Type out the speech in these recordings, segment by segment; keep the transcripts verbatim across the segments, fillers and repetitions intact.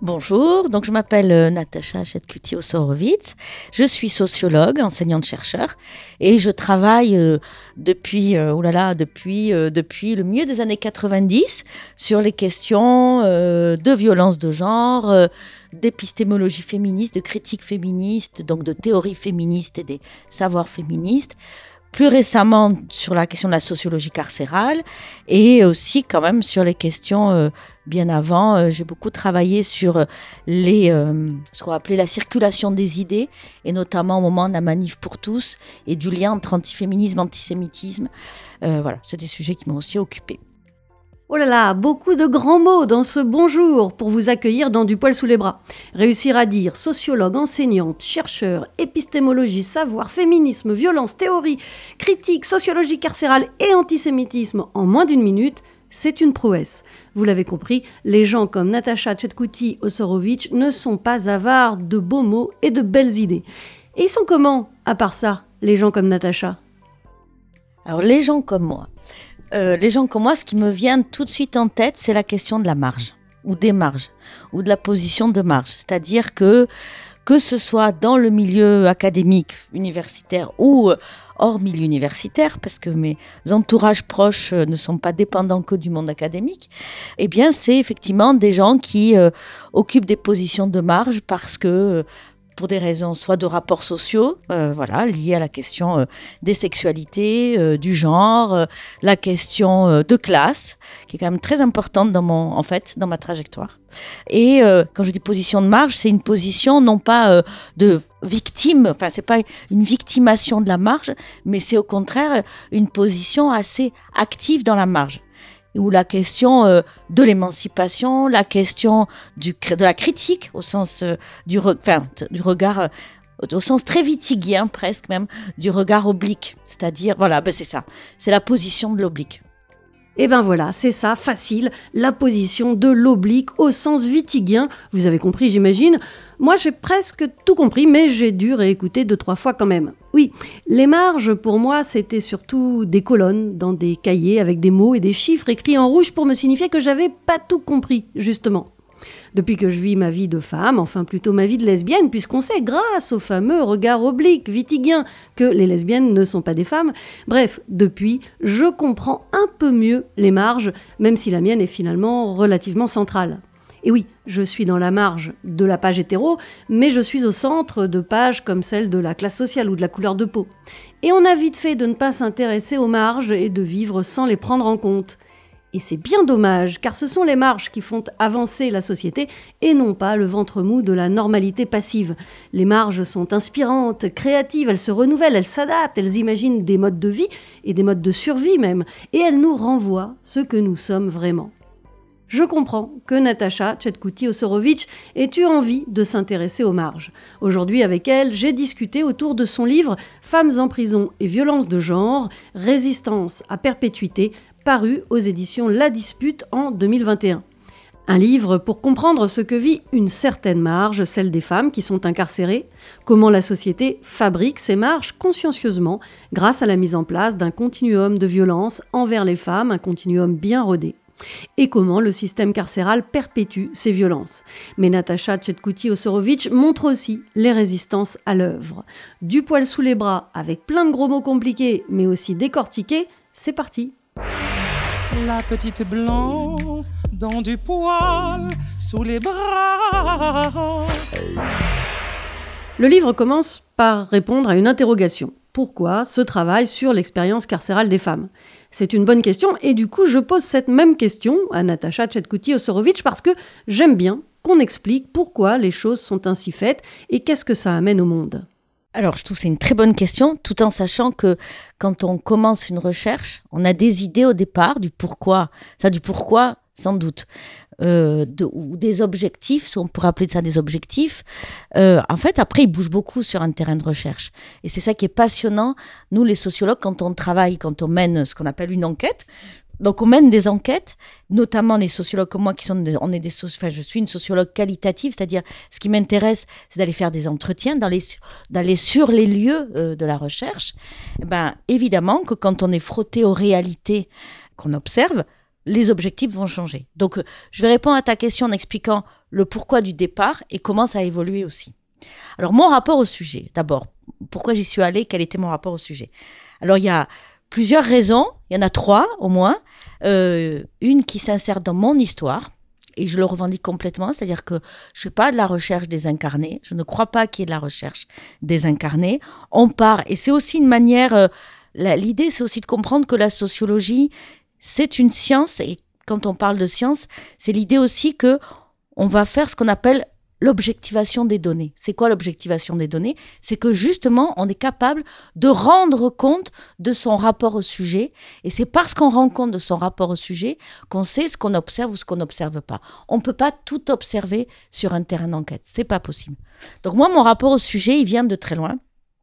Bonjour, donc je m'appelle euh, Natacha Chetcuti-Osorowicz, je suis sociologue, enseignante-chercheur et je travaille euh, depuis, euh, oh là là, depuis, euh, depuis le milieu des années quatre-vingt-dix sur les questions euh, de violence de genre, euh, d'épistémologie féministe, de critique féministe, donc de théorie féministe et des savoirs féministes. Plus récemment sur la question de la sociologie carcérale et aussi quand même sur les questions euh, bien avant. Euh, j'ai beaucoup travaillé sur les, euh, ce qu'on appelait la circulation des idées et notamment au moment de la manif pour tous et du lien entre antiféminisme et antisémitisme. Euh, voilà, c'est des sujets qui m'ont aussi occupée. Oh là là, beaucoup de grands mots dans ce bonjour pour vous accueillir dans du poil sous les bras. Réussir à dire sociologue, enseignante, chercheur, épistémologie, savoir, féminisme, violence, théorie, critique, sociologie carcérale et antisémitisme en moins d'une minute, c'est une prouesse. Vous l'avez compris, les gens comme Natacha Chetcuti-Osorowicz ne sont pas avares de beaux mots et de belles idées. Et ils sont comment, à part ça, les gens comme Natacha ? Alors les gens comme moi Euh, les gens comme moi, ce qui me vient tout de suite en tête, c'est la question de la marge, ou des marges, ou de la position de marge. C'est-à-dire que, que ce soit dans le milieu académique, universitaire, ou hors milieu universitaire, parce que mes entourages proches ne sont pas dépendants que du monde académique, eh bien, c'est effectivement des gens qui euh, occupent des positions de marge parce que... pour des raisons soit de rapports sociaux, euh, voilà, liés à la question euh, des sexualités, euh, du genre, euh, la question euh, de classe, qui est quand même très importante dans mon, en fait, dans ma trajectoire. Et euh, quand je dis position de marge, c'est une position non pas euh, de victime, enfin c'est pas une victimation de la marge, mais c'est au contraire une position assez active dans la marge, où la question euh, de l'émancipation, la question du, de la critique au sens euh, du, re, enfin, du regard, euh, au sens très wittgenstein presque même, du regard oblique. C'est-à-dire, voilà, ben c'est ça, c'est la position de l'oblique. Et ben voilà, c'est ça, facile, la position de l'oblique au sens wittgenstein. Vous avez compris, j'imagine. Moi, j'ai presque tout compris, mais j'ai dû réécouter deux, trois fois quand même. Oui, les marges, pour moi, c'était surtout des colonnes dans des cahiers avec des mots et des chiffres écrits en rouge pour me signifier que j'avais pas tout compris, justement. Depuis que je vis ma vie de femme, enfin plutôt ma vie de lesbienne, puisqu'on sait, grâce au fameux regard oblique wittgenstein, que les lesbiennes ne sont pas des femmes. Bref, depuis, je comprends un peu mieux les marges, même si la mienne est finalement relativement centrale. Et oui, je suis dans la marge de la page hétéro, mais je suis au centre de pages comme celle de la classe sociale ou de la couleur de peau. Et on a vite fait de ne pas s'intéresser aux marges et de vivre sans les prendre en compte. Et c'est bien dommage, car ce sont les marges qui font avancer la société et non pas le ventre mou de la normalité passive. Les marges sont inspirantes, créatives, elles se renouvellent, elles s'adaptent, elles imaginent des modes de vie et des modes de survie même, et elles nous renvoient ce que nous sommes vraiment. Je comprends que Natacha Chetcuti-Osorowicz ait eu envie de s'intéresser aux marges. Aujourd'hui, avec elle, j'ai discuté autour de son livre « Femmes en prison et violences de genre, résistance à perpétuité », paru aux éditions La Dispute en deux mille vingt et un. Un livre pour comprendre ce que vit une certaine marge, celle des femmes qui sont incarcérées, comment la société fabrique ces marges consciencieusement grâce à la mise en place d'un continuum de violence envers les femmes, un continuum bien rodé. Et comment le système carcéral perpétue ces violences. Mais Natacha Chetcuti-Osorowicz montre aussi les résistances à l'œuvre. Du poil sous les bras, avec plein de gros mots compliqués, mais aussi décortiqués, c'est parti. La petite blanc dans du poil sous les bras. Le livre commence par répondre à une interrogation. Pourquoi ce travail sur l'expérience carcérale des femmes ? C'est une bonne question et du coup je pose cette même question à Natacha Chetcuti-Osorowicz parce que j'aime bien qu'on explique pourquoi les choses sont ainsi faites et qu'est-ce que ça amène au monde. Alors, je trouve que c'est une très bonne question, tout en sachant que quand on commence une recherche, on a des idées au départ du pourquoi. Ça, du pourquoi, sans doute. Euh, de, ou des objectifs, on pourrait appeler ça des objectifs. Euh, en fait, après, ils bougent beaucoup sur un terrain de recherche. Et c'est ça qui est passionnant. Nous, les sociologues, quand on travaille, quand on mène ce qu'on appelle une enquête, donc on mène des enquêtes, notamment les sociologues comme moi, qui sont, on est des, enfin, je suis une sociologue qualitative, c'est-à-dire ce qui m'intéresse, c'est d'aller faire des entretiens, d'aller, d'aller sur les lieux euh, de la recherche. Et ben, évidemment que quand on est frotté aux réalités qu'on observe, les objectifs vont changer. Donc, je vais répondre à ta question en expliquant le pourquoi du départ et comment ça a évolué aussi. Alors, mon rapport au sujet, d'abord, pourquoi j'y suis allée, quel était mon rapport au sujet? Alors, il y a plusieurs raisons, il y en a trois au moins. Euh, une qui s'insère dans mon histoire, et je le revendique complètement, c'est-à-dire que je ne fais pas de la recherche désincarnée, je ne crois pas qu'il y ait de la recherche désincarnée. On part, et c'est aussi une manière, euh, la, l'idée c'est aussi de comprendre que la sociologie, c'est une science, et quand on parle de science, c'est l'idée aussi que on va faire ce qu'on appelle l'objectivation des données. C'est quoi l'objectivation des données? C'est que justement, on est capable de rendre compte de son rapport au sujet. Et c'est parce qu'on rend compte de son rapport au sujet qu'on sait ce qu'on observe ou ce qu'on n'observe pas. On ne peut pas tout observer sur un terrain d'enquête. C'est pas possible. Donc moi, mon rapport au sujet, il vient de très loin.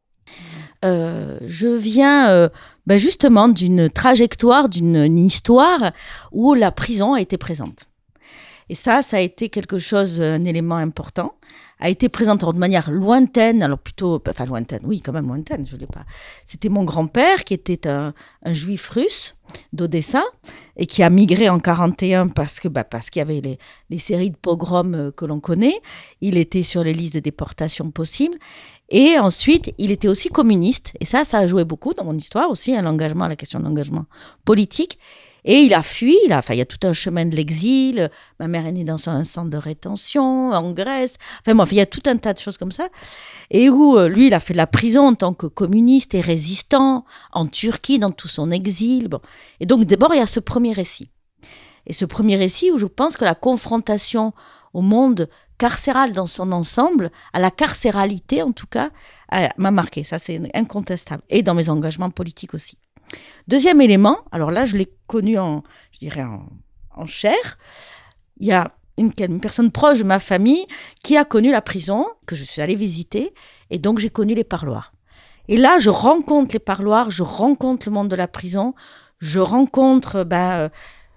Euh, je viens euh, ben justement d'une trajectoire, d'une une histoire où la prison a été présente. Et ça, ça a été quelque chose, un élément important, a été présent de manière lointaine, alors plutôt, enfin lointaine, oui, quand même lointaine, je ne l'ai pas. C'était mon grand-père qui était un, un juif russe d'Odessa et qui a migré en quarante et un parce que, bah, parce qu'il y avait les, les séries de pogroms que l'on connaît. Il était sur les listes de déportation possibles. Et ensuite, il était aussi communiste. Et ça, ça a joué beaucoup dans mon histoire aussi, hein, l'engagement, la question de l'engagement politique. Et il a fui, il, a, enfin, il y a tout un chemin de l'exil. Ma mère est née dans un centre de rétention en Grèce. Enfin bon, il y a tout un tas de choses comme ça. Et où euh, lui, il a fait de la prison en tant que communiste et résistant en Turquie, dans tout son exil. Bon. Et donc d'abord, il y a ce premier récit. Et ce premier récit où je pense que la confrontation au monde carcéral dans son ensemble, à la carcéralité en tout cas, a, m'a marqué. Ça, c'est incontestable. Et dans mes engagements politiques aussi. Deuxième élément, alors là, je l'ai connu en, je dirais en, en chair. Il y a une, une personne proche de ma famille qui a connu la prison, que je suis allée visiter, et donc j'ai connu les parloirs. Et là, je rencontre les parloirs, je rencontre le monde de la prison, je rencontre ben, euh,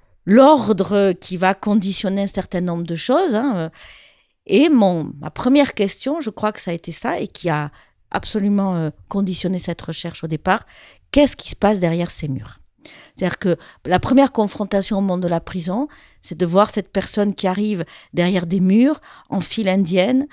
l'ordre qui va conditionner un certain nombre de choses. Hein. Et mon, ma première question, je crois que ça a été ça, et qui a absolument euh, conditionné cette recherche au départ. Qu'est-ce qui se passe derrière ces murs? C'est-à-dire que la première confrontation au monde de la prison, c'est de voir cette personne qui arrive derrière des murs, en file indienne,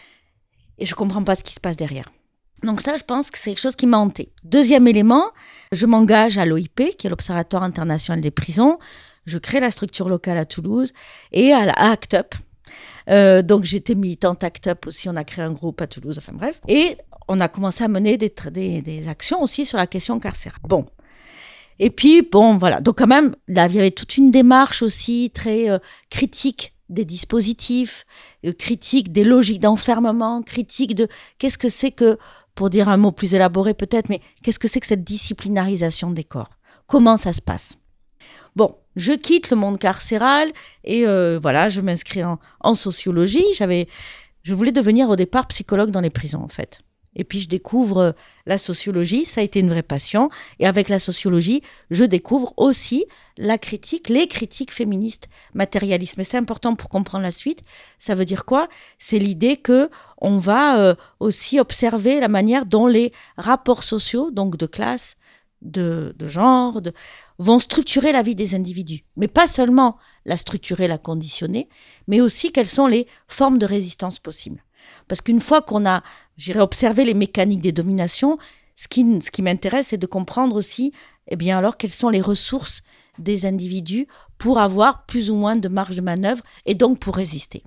et je ne comprends pas ce qui se passe derrière. Donc ça, je pense que c'est quelque chose qui m'a hantée. Deuxième élément, je m'engage à l'O I P, qui est l'Observatoire international des prisons. Je crée la structure locale à Toulouse et à, la, à ACT UP. Euh, donc j'étais militante ACT UP aussi, on a créé un groupe à Toulouse, enfin bref. Et on a commencé à mener des, des, des actions aussi sur la question carcérale. Bon. Et puis, bon, voilà. Donc, quand même, là, il y avait toute une démarche aussi très euh, critique des dispositifs, euh, critique des logiques d'enfermement, critique de qu'est-ce que c'est que, pour dire un mot plus élaboré peut-être, mais qu'est-ce que c'est que cette disciplinarisation des corps? Comment ça se passe? Bon, je quitte le monde carcéral et euh, voilà, je m'inscris en, en sociologie. J'avais, je voulais devenir au départ psychologue dans les prisons, en fait. Et puis, je découvre la sociologie, ça a été une vraie passion. Et avec la sociologie, je découvre aussi la critique, les critiques féministes matérialistes. Mais c'est important pour comprendre la suite. Ça veut dire quoi? C'est l'idée qu'on va euh, aussi observer la manière dont les rapports sociaux, donc de classe, de, de genre, de, vont structurer la vie des individus. Mais pas seulement la structurer, la conditionner, mais aussi quelles sont les formes de résistance possibles. Parce qu'une fois qu'on a, j'irai observer les mécaniques des dominations, ce qui, ce qui m'intéresse, c'est de comprendre aussi, eh bien alors, quelles sont les ressources des individus pour avoir plus ou moins de marge de manœuvre et donc pour résister.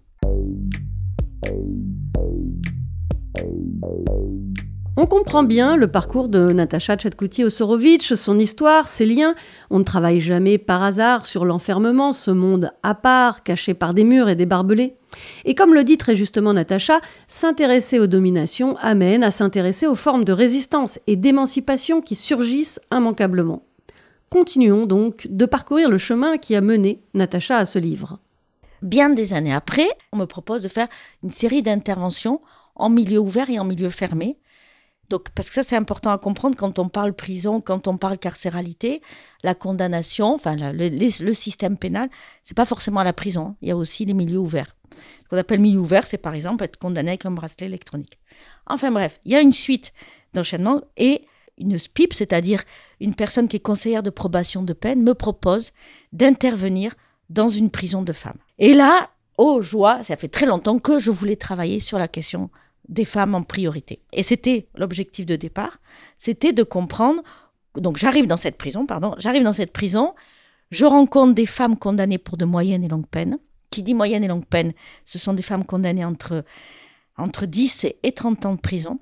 On comprend bien le parcours de Natacha Tchatkoutié-Ossorovitch, son histoire, ses liens. On ne travaille jamais par hasard sur l'enfermement, ce monde à part, caché par des murs et des barbelés. Et comme le dit très justement Natacha, s'intéresser aux dominations amène à s'intéresser aux formes de résistance et d'émancipation qui surgissent immanquablement. Continuons donc de parcourir le chemin qui a mené Natacha à ce livre. Bien des années après, on me propose de faire une série d'interventions en milieu ouvert et en milieu fermé. Donc, parce que ça, c'est important à comprendre quand on parle prison, quand on parle carcéralité, la condamnation, enfin le, le, le système pénal, c'est pas forcément la prison. Il y a aussi les milieux ouverts. Ce qu'on appelle milieu ouvert, c'est par exemple être condamné avec un bracelet électronique. Enfin bref, il y a une suite d'enchaînements et une S P I P, c'est-à-dire une personne qui est conseillère de probation de peine, me propose d'intervenir dans une prison de femmes. Et là, oh joie, ça fait très longtemps que je voulais travailler sur la question des femmes en priorité. Et c'était l'objectif de départ, c'était de comprendre, donc j'arrive dans cette prison, pardon, j'arrive dans cette prison, je rencontre des femmes condamnées pour de moyennes et longues peines. Qui dit moyenne et longue peine, ce sont des femmes condamnées entre, entre dix et trente ans de prison.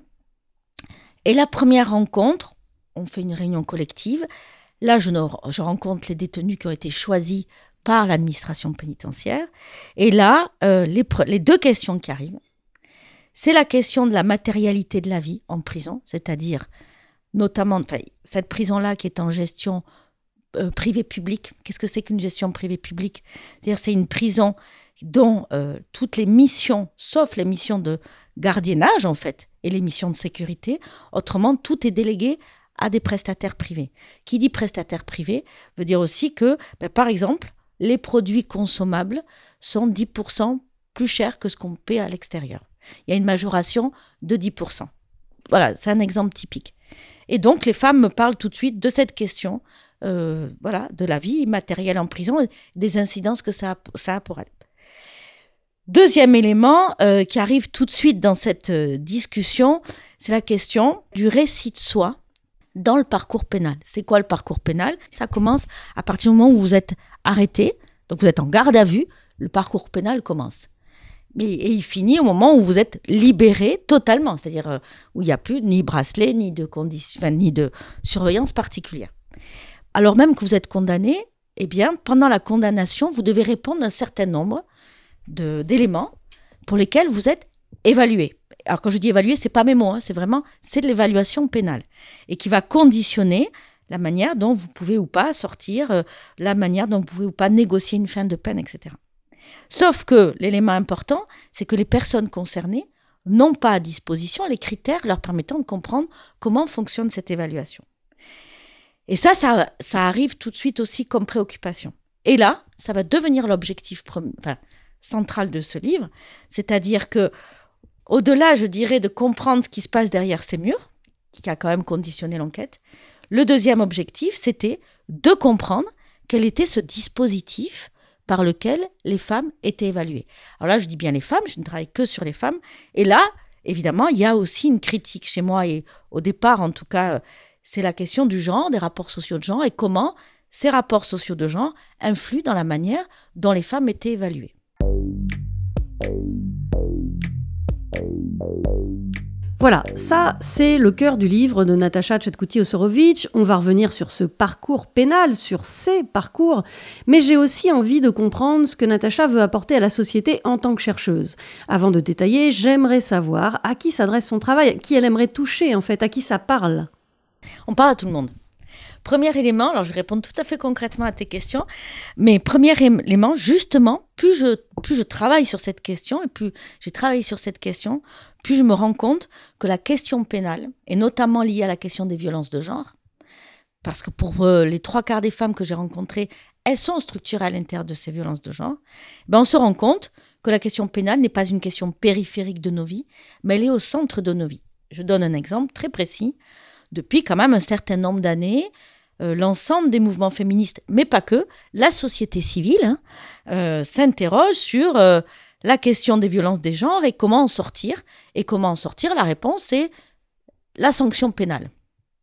Et la première rencontre, on fait une réunion collective, là je, je rencontre les détenus qui ont été choisis par l'administration pénitentiaire. Et là, euh, les, les deux questions qui arrivent, c'est la question de la matérialité de la vie en prison, c'est-à-dire notamment enfin, cette prison-là qui est en gestion euh, privée-publique. Qu'est-ce que c'est qu'une gestion privée-publique ? C'est-à-dire c'est une prison dont euh, toutes les missions, sauf les missions de gardiennage en fait, et les missions de sécurité, autrement tout est délégué à des prestataires privés. Qui dit prestataire privé veut dire aussi que, ben, par exemple, les produits consommables sont dix pour cent plus chers que ce qu'on paie à l'extérieur. Il y a une majoration de dix pour cent. Voilà, c'est un exemple typique. Et donc, les femmes me parlent tout de suite de cette question euh, voilà, de la vie matérielle en prison et des incidences que ça a, ça a pour elles. Deuxième élément euh, qui arrive tout de suite dans cette euh, discussion, c'est la question du récit de soi dans le parcours pénal. C'est quoi le parcours pénal ? Ça commence à partir du moment où vous êtes arrêté, donc vous êtes en garde à vue, le parcours pénal commence. Mais, et il finit au moment où vous êtes libéré totalement, c'est-à-dire euh, où il n'y a plus ni bracelet, ni de, condition, enfin, ni de surveillance particulière. Alors même que vous êtes condamné, eh bien, pendant la condamnation, vous devez répondre à un certain nombre de, d'éléments pour lesquels vous êtes évalué. Alors quand je dis évalué, c'est pas mes mots, hein, c'est vraiment c'est de l'évaluation pénale et qui va conditionner la manière dont vous pouvez ou pas sortir, euh, la manière dont vous pouvez ou pas négocier une fin de peine, et cetera. Sauf que l'élément important, c'est que les personnes concernées n'ont pas à disposition les critères leur permettant de comprendre comment fonctionne cette évaluation. Et ça, ça, ça arrive tout de suite aussi comme préoccupation. Et là, ça va devenir l'objectif premier, enfin, central de ce livre, c'est-à-dire que au-delà, je dirais, de comprendre ce qui se passe derrière ces murs, qui a quand même conditionné l'enquête, le deuxième objectif, c'était de comprendre quel était ce dispositif par lequel les femmes étaient évaluées. Alors là, je dis bien les femmes, je ne travaille que sur les femmes. Et là, évidemment, il y a aussi une critique chez moi, et au départ, en tout cas, c'est la question du genre, des rapports sociaux de genre, et comment ces rapports sociaux de genre influent dans la manière dont les femmes étaient évaluées. Voilà, ça, c'est le cœur du livre de Natacha Tchaitkouti-Ossorovic. On va revenir sur ce parcours pénal, sur ces parcours, mais j'ai aussi envie de comprendre ce que Natacha veut apporter à la société en tant que chercheuse. Avant de détailler, j'aimerais savoir à qui s'adresse son travail, à qui elle aimerait toucher, en fait, à qui ça parle. On parle à tout le monde. Premier élément, alors je vais répondre tout à fait concrètement à tes questions, mais premier élément, justement, plus je, plus je travaille sur cette question, et plus j'ai travaillé sur cette question, plus je me rends compte que la question pénale, et notamment liée à la question des violences de genre, parce que pour euh, les trois quarts des femmes que j'ai rencontrées, elles sont structurées à l'intérieur de ces violences de genre, ben on se rend compte que la question pénale n'est pas une question périphérique de nos vies, mais elle est au centre de nos vies. Je donne un exemple très précis. Depuis quand même un certain nombre d'années, euh, l'ensemble des mouvements féministes, mais pas que, la société civile hein, euh, s'interroge sur euh, la question des violences des genres et comment en sortir. Et comment en sortir, la réponse c'est la sanction pénale.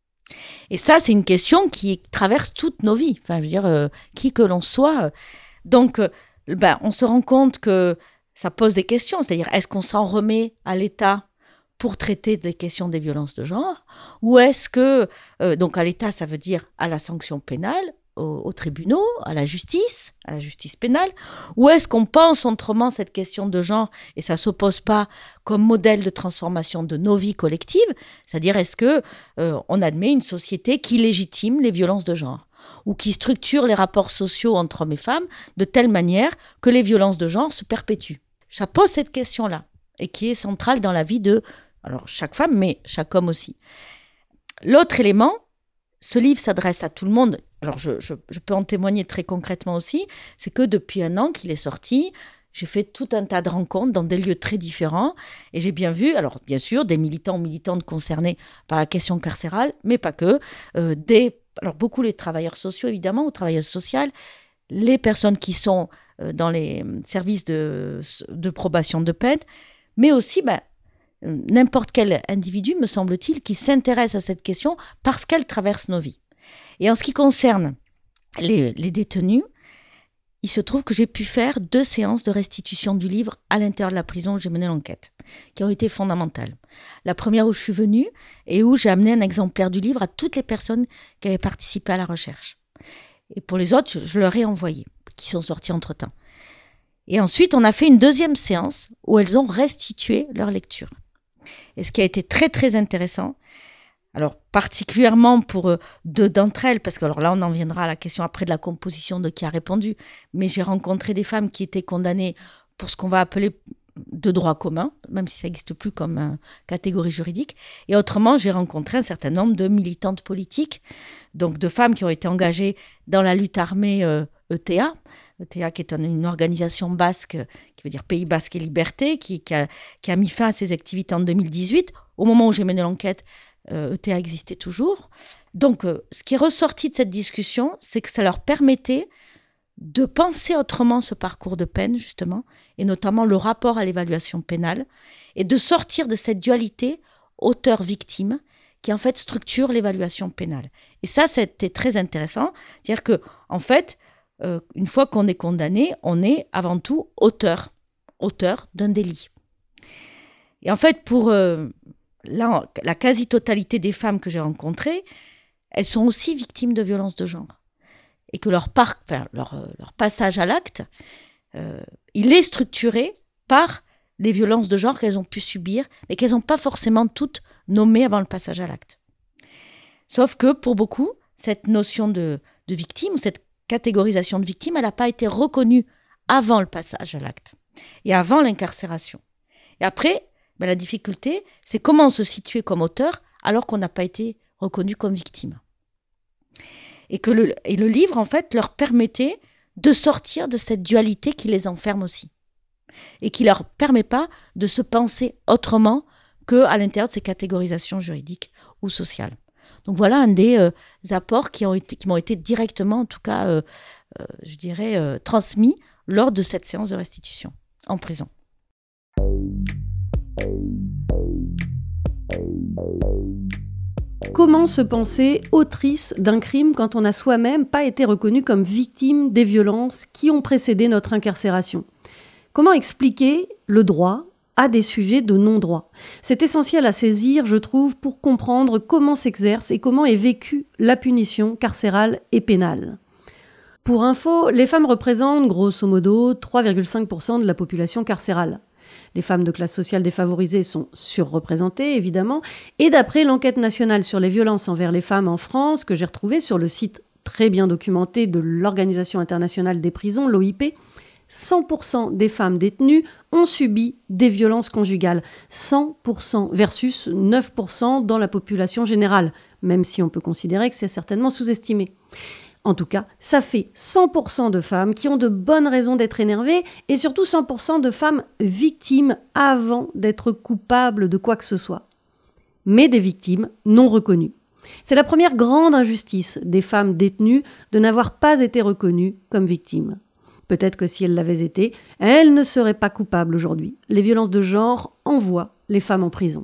Et ça, c'est une question qui traverse toutes nos vies, enfin, je veux dire, euh, qui que l'on soit. Donc, euh, ben, on se rend compte que ça pose des questions, c'est-à-dire, est-ce qu'on s'en remet à l'État pour traiter des questions des violences de genre, ou est-ce que, euh, donc à l'État, ça veut dire à la sanction pénale, aux, aux tribunaux, à la justice, à la justice pénale, ou est-ce qu'on pense autrement cette question de genre, et ça ne s'oppose pas comme modèle de transformation de nos vies collectives, c'est-à-dire est-ce qu'on euh, admet une société qui légitime les violences de genre, ou qui structure les rapports sociaux entre hommes et femmes de telle manière que les violences de genre se perpétuent. Ça pose cette question-là, et qui est centrale dans la vie de alors, chaque femme, mais chaque homme aussi. L'autre élément, ce livre s'adresse à tout le monde. Alors, je, je, je peux en témoigner très concrètement aussi. C'est que depuis un an qu'il est sorti, j'ai fait tout un tas de rencontres dans des lieux très différents. Et j'ai bien vu, alors bien sûr, des militants ou militantes concernés par la question carcérale, mais pas que. Euh, des, alors, beaucoup les travailleurs sociaux, évidemment, ou travailleuses sociales, les personnes qui sont euh, dans les services de, de probation de peine, mais aussi ben, n'importe quel individu, me semble-t-il, qui s'intéresse à cette question parce qu'elle traverse nos vies. Et en ce qui concerne les, les détenus, il se trouve que j'ai pu faire deux séances de restitution du livre à l'intérieur de la prison où j'ai mené l'enquête, qui ont été fondamentales. La première où je suis venue et où j'ai amené un exemplaire du livre à toutes les personnes qui avaient participé à la recherche. Et pour les autres, je, je leur ai envoyé, qui sont sortis entre-temps. Et ensuite, on a fait une deuxième séance où elles ont restitué leur lecture. Et ce qui a été très, très intéressant, alors particulièrement pour euh, deux d'entre elles, parce que alors là, on en viendra à la question après de la composition de qui a répondu, mais j'ai rencontré des femmes qui étaient condamnées pour ce qu'on va appeler de droit commun, même si ça n'existe plus comme euh, catégorie juridique. Et autrement, j'ai rencontré un certain nombre de militantes politiques, donc de femmes qui ont été engagées dans la lutte armée euh, E T A, E T A qui est une organisation basque, qui veut dire Pays Basque et Liberté, qui, qui, a, qui a mis fin à ses activités en deux mille dix-huit. Au moment où j'ai mené l'enquête, euh, E T A existait toujours. Donc, euh, ce qui est ressorti de cette discussion, c'est que ça leur permettait de penser autrement ce parcours de peine, justement, et notamment le rapport à l'évaluation pénale, et de sortir de cette dualité auteur-victime qui, en fait, structure l'évaluation pénale. Et ça, c'était très intéressant. C'est-à-dire que, en fait, euh, une fois qu'on est condamné, on est avant tout auteur, auteur d'un délit. Et en fait, pour euh, la, la quasi-totalité des femmes que j'ai rencontrées, elles sont aussi victimes de violences de genre. Et que leur, par, enfin, leur, leur passage à l'acte, euh, il est structuré par les violences de genre qu'elles ont pu subir, mais qu'elles n'ont pas forcément toutes nommées avant le passage à l'acte. Sauf que pour beaucoup, cette notion de, de victime, ou cette catégorisation de victime, elle n'a pas été reconnue avant le passage à l'acte, et avant l'incarcération. Et après, ben, la difficulté, c'est comment se situer comme auteur alors qu'on n'a pas été reconnu comme victime. Et que le, et le livre, en fait, leur permettait de sortir de cette dualité qui les enferme aussi. Et qui ne leur permet pas de se penser autrement qu'à l'intérieur de ces catégorisations juridiques ou sociales. Donc voilà un des euh, apports qui, ont été, qui m'ont été directement, en tout cas, euh, euh, je dirais, euh, transmis lors de cette séance de restitution en prison. Comment se penser autrice d'un crime quand on n'a soi-même pas été reconnu comme victime des violences qui ont précédé notre incarcération ? Comment expliquer le droit à des sujets de non-droit ? C'est essentiel à saisir, je trouve, pour comprendre comment s'exerce et comment est vécue la punition carcérale et pénale. Pour info, les femmes représentent grosso modo trois virgule cinq pour cent de la population carcérale. Les femmes de classe sociale défavorisée sont surreprésentées, évidemment. Et d'après l'enquête nationale sur les violences envers les femmes en France, que j'ai retrouvée sur le site très bien documenté de l'Organisation internationale des prisons, l'O I P, cent pour cent des femmes détenues ont subi des violences conjugales. cent pour cent versus neuf pour cent dans la population générale, même si on peut considérer que c'est certainement sous-estimé. En tout cas, ça fait cent pour cent de femmes qui ont de bonnes raisons d'être énervées et surtout cent pour cent de femmes victimes avant d'être coupables de quoi que ce soit. Mais des victimes non reconnues. C'est la première grande injustice des femmes détenues de n'avoir pas été reconnues comme victimes. Peut-être que si elles l'avaient été, elles ne seraient pas coupables aujourd'hui. Les violences de genre envoient les femmes en prison.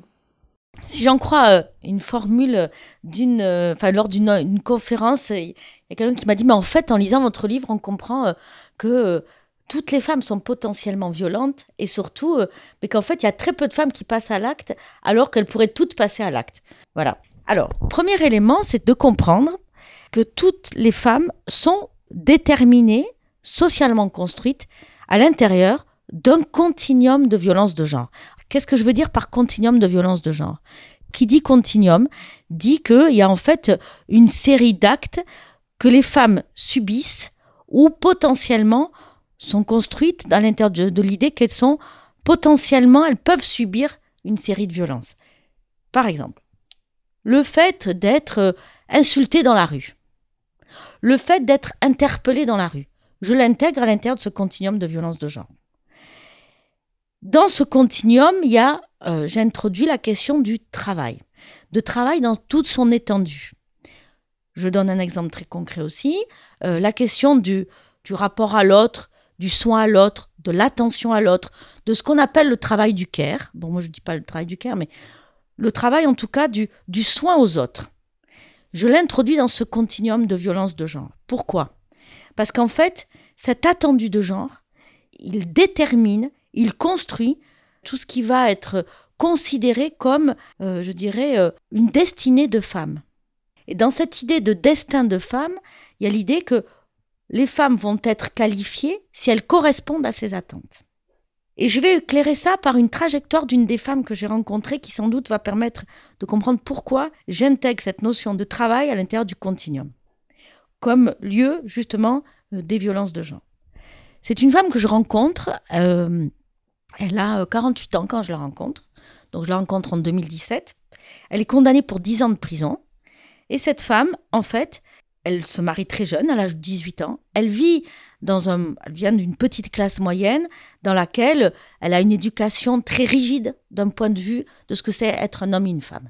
Si j'en crois euh, une formule d'une, euh, enfin lors d'une une conférence, il y a quelqu'un qui m'a dit, mais en fait, en lisant votre livre, on comprend euh, que euh, toutes les femmes sont potentiellement violentes et surtout, euh, mais qu'en fait, il y a très peu de femmes qui passent à l'acte alors qu'elles pourraient toutes passer à l'acte. Voilà. Alors, premier élément, c'est de comprendre que toutes les femmes sont déterminées, socialement construites, à l'intérieur d'un continuum de violence de genre. Qu'est-ce que je veux dire par continuum de violence de genre ? Qui dit continuum dit qu'il y a en fait une série d'actes que les femmes subissent ou potentiellement sont construites à l'intérieur de, de l'idée qu'elles sont potentiellement, elles peuvent subir une série de violences. Par exemple, le fait d'être insultée dans la rue, le fait d'être interpellée dans la rue, je l'intègre à l'intérieur de ce continuum de violence de genre. Dans ce continuum, il y a, euh, j'introduis la question du travail, de travail dans toute son étendue. Je donne un exemple très concret aussi, euh, la question du, du rapport à l'autre, du soin à l'autre, de l'attention à l'autre, de ce qu'on appelle le travail du care. Bon, moi, je ne dis pas le travail du care, mais le travail, en tout cas, du, du soin aux autres. Je l'introduis dans ce continuum de violence de genre. Pourquoi ? Parce qu'en fait, cet attendu de genre, il détermine, il construit tout ce qui va être considéré comme, euh, je dirais, euh, une destinée de femme. Et dans cette idée de destin de femme, il y a l'idée que les femmes vont être qualifiées si elles correspondent à ces attentes. Et je vais éclairer ça par une trajectoire d'une des femmes que j'ai rencontrées qui sans doute va permettre de comprendre pourquoi j'intègre cette notion de travail à l'intérieur du continuum, comme lieu justement des violences de genre. C'est une femme que je rencontre, euh, elle a quarante-huit ans quand je la rencontre, donc je la rencontre en deux mille dix-sept. Elle est condamnée pour dix ans de prison. Et cette femme, en fait, elle se marie très jeune, à l'âge de dix-huit ans. Elle vit dans un, elle vient d'une petite classe moyenne dans laquelle elle a une éducation très rigide d'un point de vue de ce que c'est être un homme et une femme.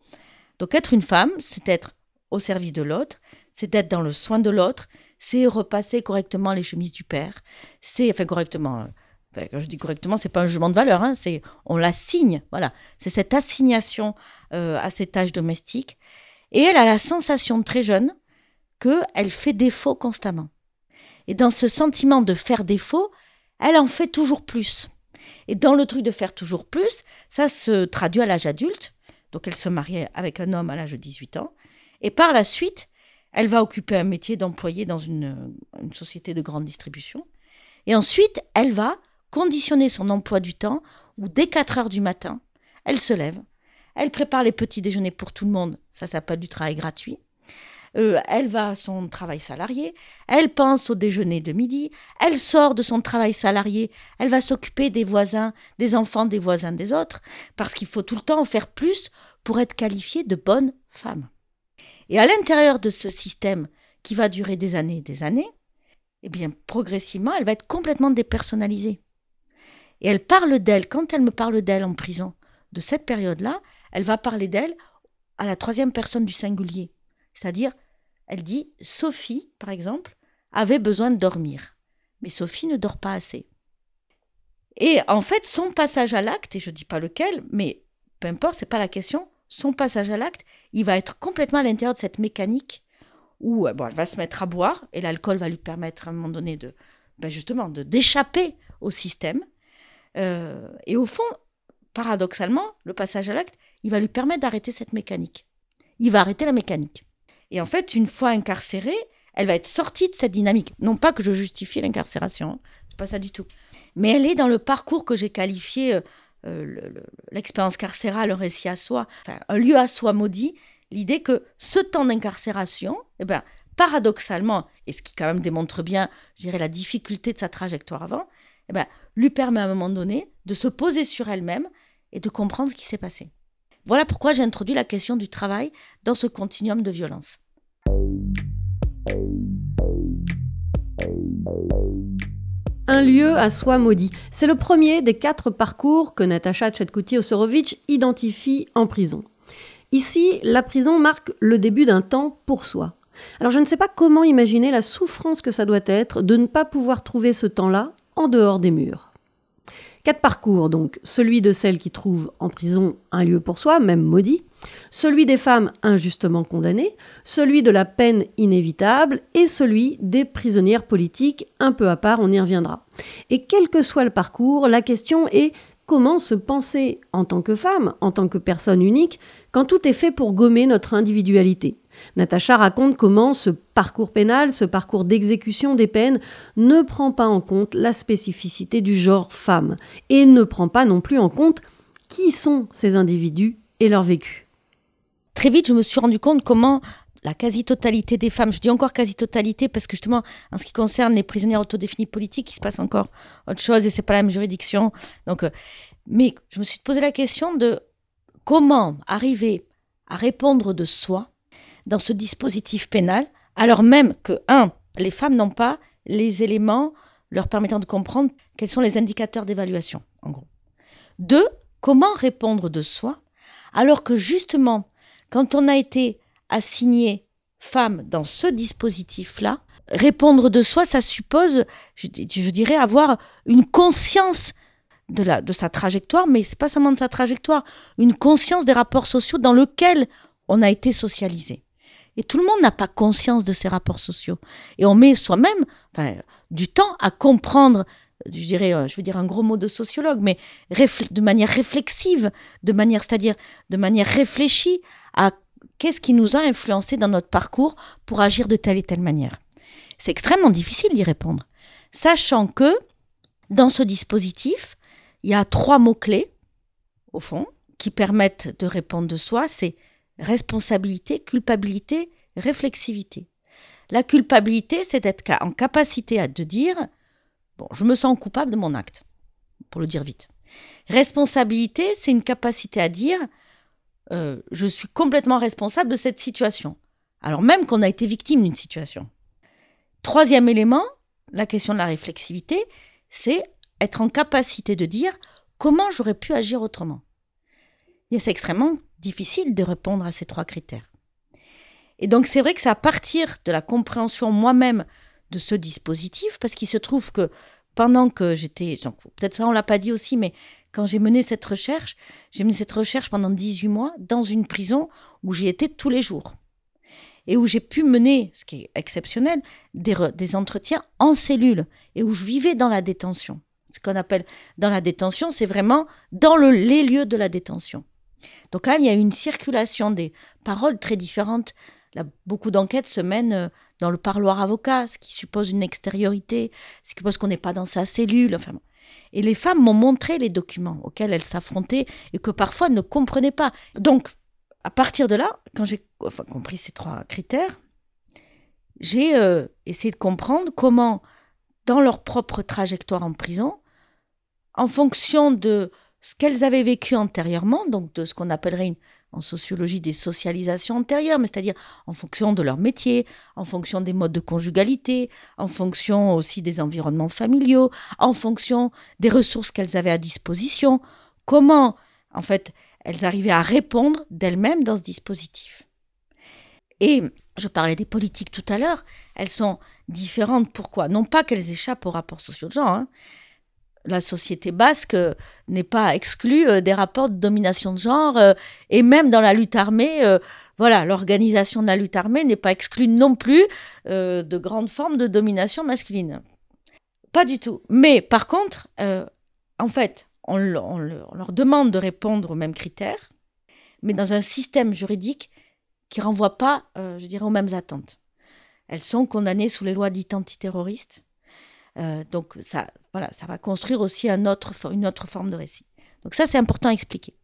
Donc être une femme, c'est être au service de l'autre, c'est être dans le soin de l'autre, c'est repasser correctement les chemises du père, c'est, enfin correctement, enfin, quand je dis correctement, c'est pas un jugement de valeur, hein, c'est, on l'assigne, voilà. C'est cette assignation euh, à ces tâches domestiques. Et elle a la sensation très jeune qu'elle fait défaut constamment. Et dans ce sentiment de faire défaut, elle en fait toujours plus. Et dans le truc de faire toujours plus, ça se traduit à l'âge adulte. Donc elle se marie avec un homme à l'âge de dix-huit ans. Et par la suite, elle va occuper un métier d'employée dans une, une société de grande distribution. Et ensuite, elle va conditionner son emploi du temps où dès quatre heures du matin, elle se lève. Elle prépare les petits déjeuners pour tout le monde. Ça s'appelle du travail gratuit. Euh, elle va à son travail salarié, elle pense au déjeuner de midi, elle sort de son travail salarié, elle va s'occuper des voisins, des enfants des voisins des autres, parce qu'il faut tout le temps en faire plus pour être qualifiée de bonne femme. Et à l'intérieur de ce système qui va durer des années et des années, eh bien, progressivement, elle va être complètement dépersonnalisée. Et elle parle d'elle, quand elle me parle d'elle en prison, de cette période-là, elle va parler d'elle à la troisième personne du singulier. C'est-à-dire, elle dit « Sophie, par exemple, avait besoin de dormir. Mais Sophie ne dort pas assez. » Et en fait, son passage à l'acte, et je ne dis pas lequel, mais peu importe, ce n'est pas la question, son passage à l'acte, il va être complètement à l'intérieur de cette mécanique où bon, elle va se mettre à boire, et l'alcool va lui permettre à un moment donné de, ben justement, de, d'échapper au système. Euh, et au fond, paradoxalement, le passage à l'acte, il va lui permettre d'arrêter cette mécanique. Il va arrêter la mécanique. Et en fait, une fois incarcérée, elle va être sortie de cette dynamique. Non pas que je justifie l'incarcération, hein, c'est pas ça du tout. Mais elle est dans le parcours que j'ai qualifié, euh, le, le, l'expérience carcérale, un récit à soi, enfin, un lieu à soi maudit, l'idée que ce temps d'incarcération, eh ben, paradoxalement, et ce qui quand même démontre bien, je dirais, la difficulté de sa trajectoire avant, eh ben, lui permet à un moment donné de se poser sur elle-même et de comprendre ce qui s'est passé. Voilà pourquoi j'ai introduit la question du travail dans ce continuum de violence. Un lieu à soi maudit. C'est le premier des quatre parcours que Natacha Tchaikovsky-Ossorovitch identifie en prison. Ici, la prison marque le début d'un temps pour soi. Alors je ne sais pas comment imaginer la souffrance que ça doit être de ne pas pouvoir trouver ce temps-là en dehors des murs. Quatre parcours donc, celui de celles qui trouvent en prison un lieu pour soi, même maudit, celui des femmes injustement condamnées, celui de la peine inévitable et celui des prisonnières politiques, un peu à part, on y reviendra. Et quel que soit le parcours, la question est comment se penser en tant que femme, en tant que personne unique, quand tout est fait pour gommer notre individualité. Natacha raconte comment ce parcours pénal, ce parcours d'exécution des peines, ne prend pas en compte la spécificité du genre femme et ne prend pas non plus en compte qui sont ces individus et leur vécu. Très vite, je me suis rendu compte comment la quasi-totalité des femmes, je dis encore quasi-totalité parce que justement, en ce qui concerne les prisonnières autodéfinies politiques, il se passe encore autre chose et c'est pas la même juridiction. Donc, euh, mais je me suis posé la question de comment arriver à répondre de soi dans ce dispositif pénal, alors même que, un, les femmes n'ont pas les éléments leur permettant de comprendre quels sont les indicateurs d'évaluation, en gros. Deux, comment répondre de soi, alors que justement, quand on a été assigné femme dans ce dispositif-là, répondre de soi, ça suppose, je, je dirais, avoir une conscience de, la, de sa trajectoire, mais c'est pas seulement de sa trajectoire, une conscience des rapports sociaux dans lesquels on a été socialisé. Et tout le monde n'a pas conscience de ces rapports sociaux. Et on met soi-même enfin, du temps à comprendre, je dirais, je veux dire un gros mot de sociologue, mais réfl- de manière réflexive, de manière, c'est-à-dire de manière réfléchie à qu'est-ce qui nous a influencé dans notre parcours pour agir de telle et telle manière. C'est extrêmement difficile d'y répondre, sachant que dans ce dispositif, il y a trois mots-clés, au fond, qui permettent de répondre de soi, c'est responsabilité, culpabilité, réflexivité. La culpabilité, c'est d'être en capacité à de dire « bon, je me sens coupable de mon acte », pour le dire vite. Responsabilité, c'est une capacité à dire euh, « je suis complètement responsable de cette situation », alors même qu'on a été victime d'une situation. Troisième élément, la question de la réflexivité, c'est être en capacité de dire « comment j'aurais pu agir autrement ». Et c'est extrêmement difficile de répondre à ces trois critères. Et donc, c'est vrai que c'est à partir de la compréhension moi-même de ce dispositif, parce qu'il se trouve que pendant que j'étais, donc, peut-être ça on ne l'a pas dit aussi, mais quand j'ai mené cette recherche, j'ai mené cette recherche pendant dix-huit mois dans une prison où j'y étais tous les jours. Et où j'ai pu mener, ce qui est exceptionnel, des, re, des entretiens en cellule, et où je vivais dans la détention. Ce qu'on appelle dans la détention, c'est vraiment dans le, les lieux de la détention. Donc quand même, il y a une circulation des paroles très différentes. Là, beaucoup d'enquêtes se mènent dans le parloir avocat, ce qui suppose une extériorité, ce qui suppose qu'on n'est pas dans sa cellule. Enfin, et les femmes m'ont montré les documents auxquels elles s'affrontaient et que parfois elles ne comprenaient pas. Donc, à partir de là, quand j'ai enfin, compris ces trois critères, j'ai euh, essayé de comprendre comment, dans leur propre trajectoire en prison, en fonction de ce qu'elles avaient vécu antérieurement, donc de ce qu'on appellerait une, en sociologie des socialisations antérieures, mais c'est-à-dire en fonction de leur métier, en fonction des modes de conjugalité, en fonction aussi des environnements familiaux, en fonction des ressources qu'elles avaient à disposition, comment, en fait, elles arrivaient à répondre d'elles-mêmes dans ce dispositif. Et je parlais des politiques tout à l'heure, elles sont différentes. Pourquoi ? Non pas qu'elles échappent aux rapports sociaux de genre, hein. La société basque euh, n'est pas exclue euh, des rapports de domination de genre euh, et même dans la lutte armée, euh, voilà, l'organisation de la lutte armée n'est pas exclue non plus euh, de grandes formes de domination masculine. Pas du tout. Mais par contre, euh, en fait, on, on, on leur demande de répondre aux mêmes critères, mais dans un système juridique qui ne renvoie pas, euh, je dirais, aux mêmes attentes. Elles sont condamnées sous les lois dites antiterroristes. Euh, donc ça, voilà, ça va construire aussi un autre, une autre forme de récit. Donc ça, c'est important à expliquer.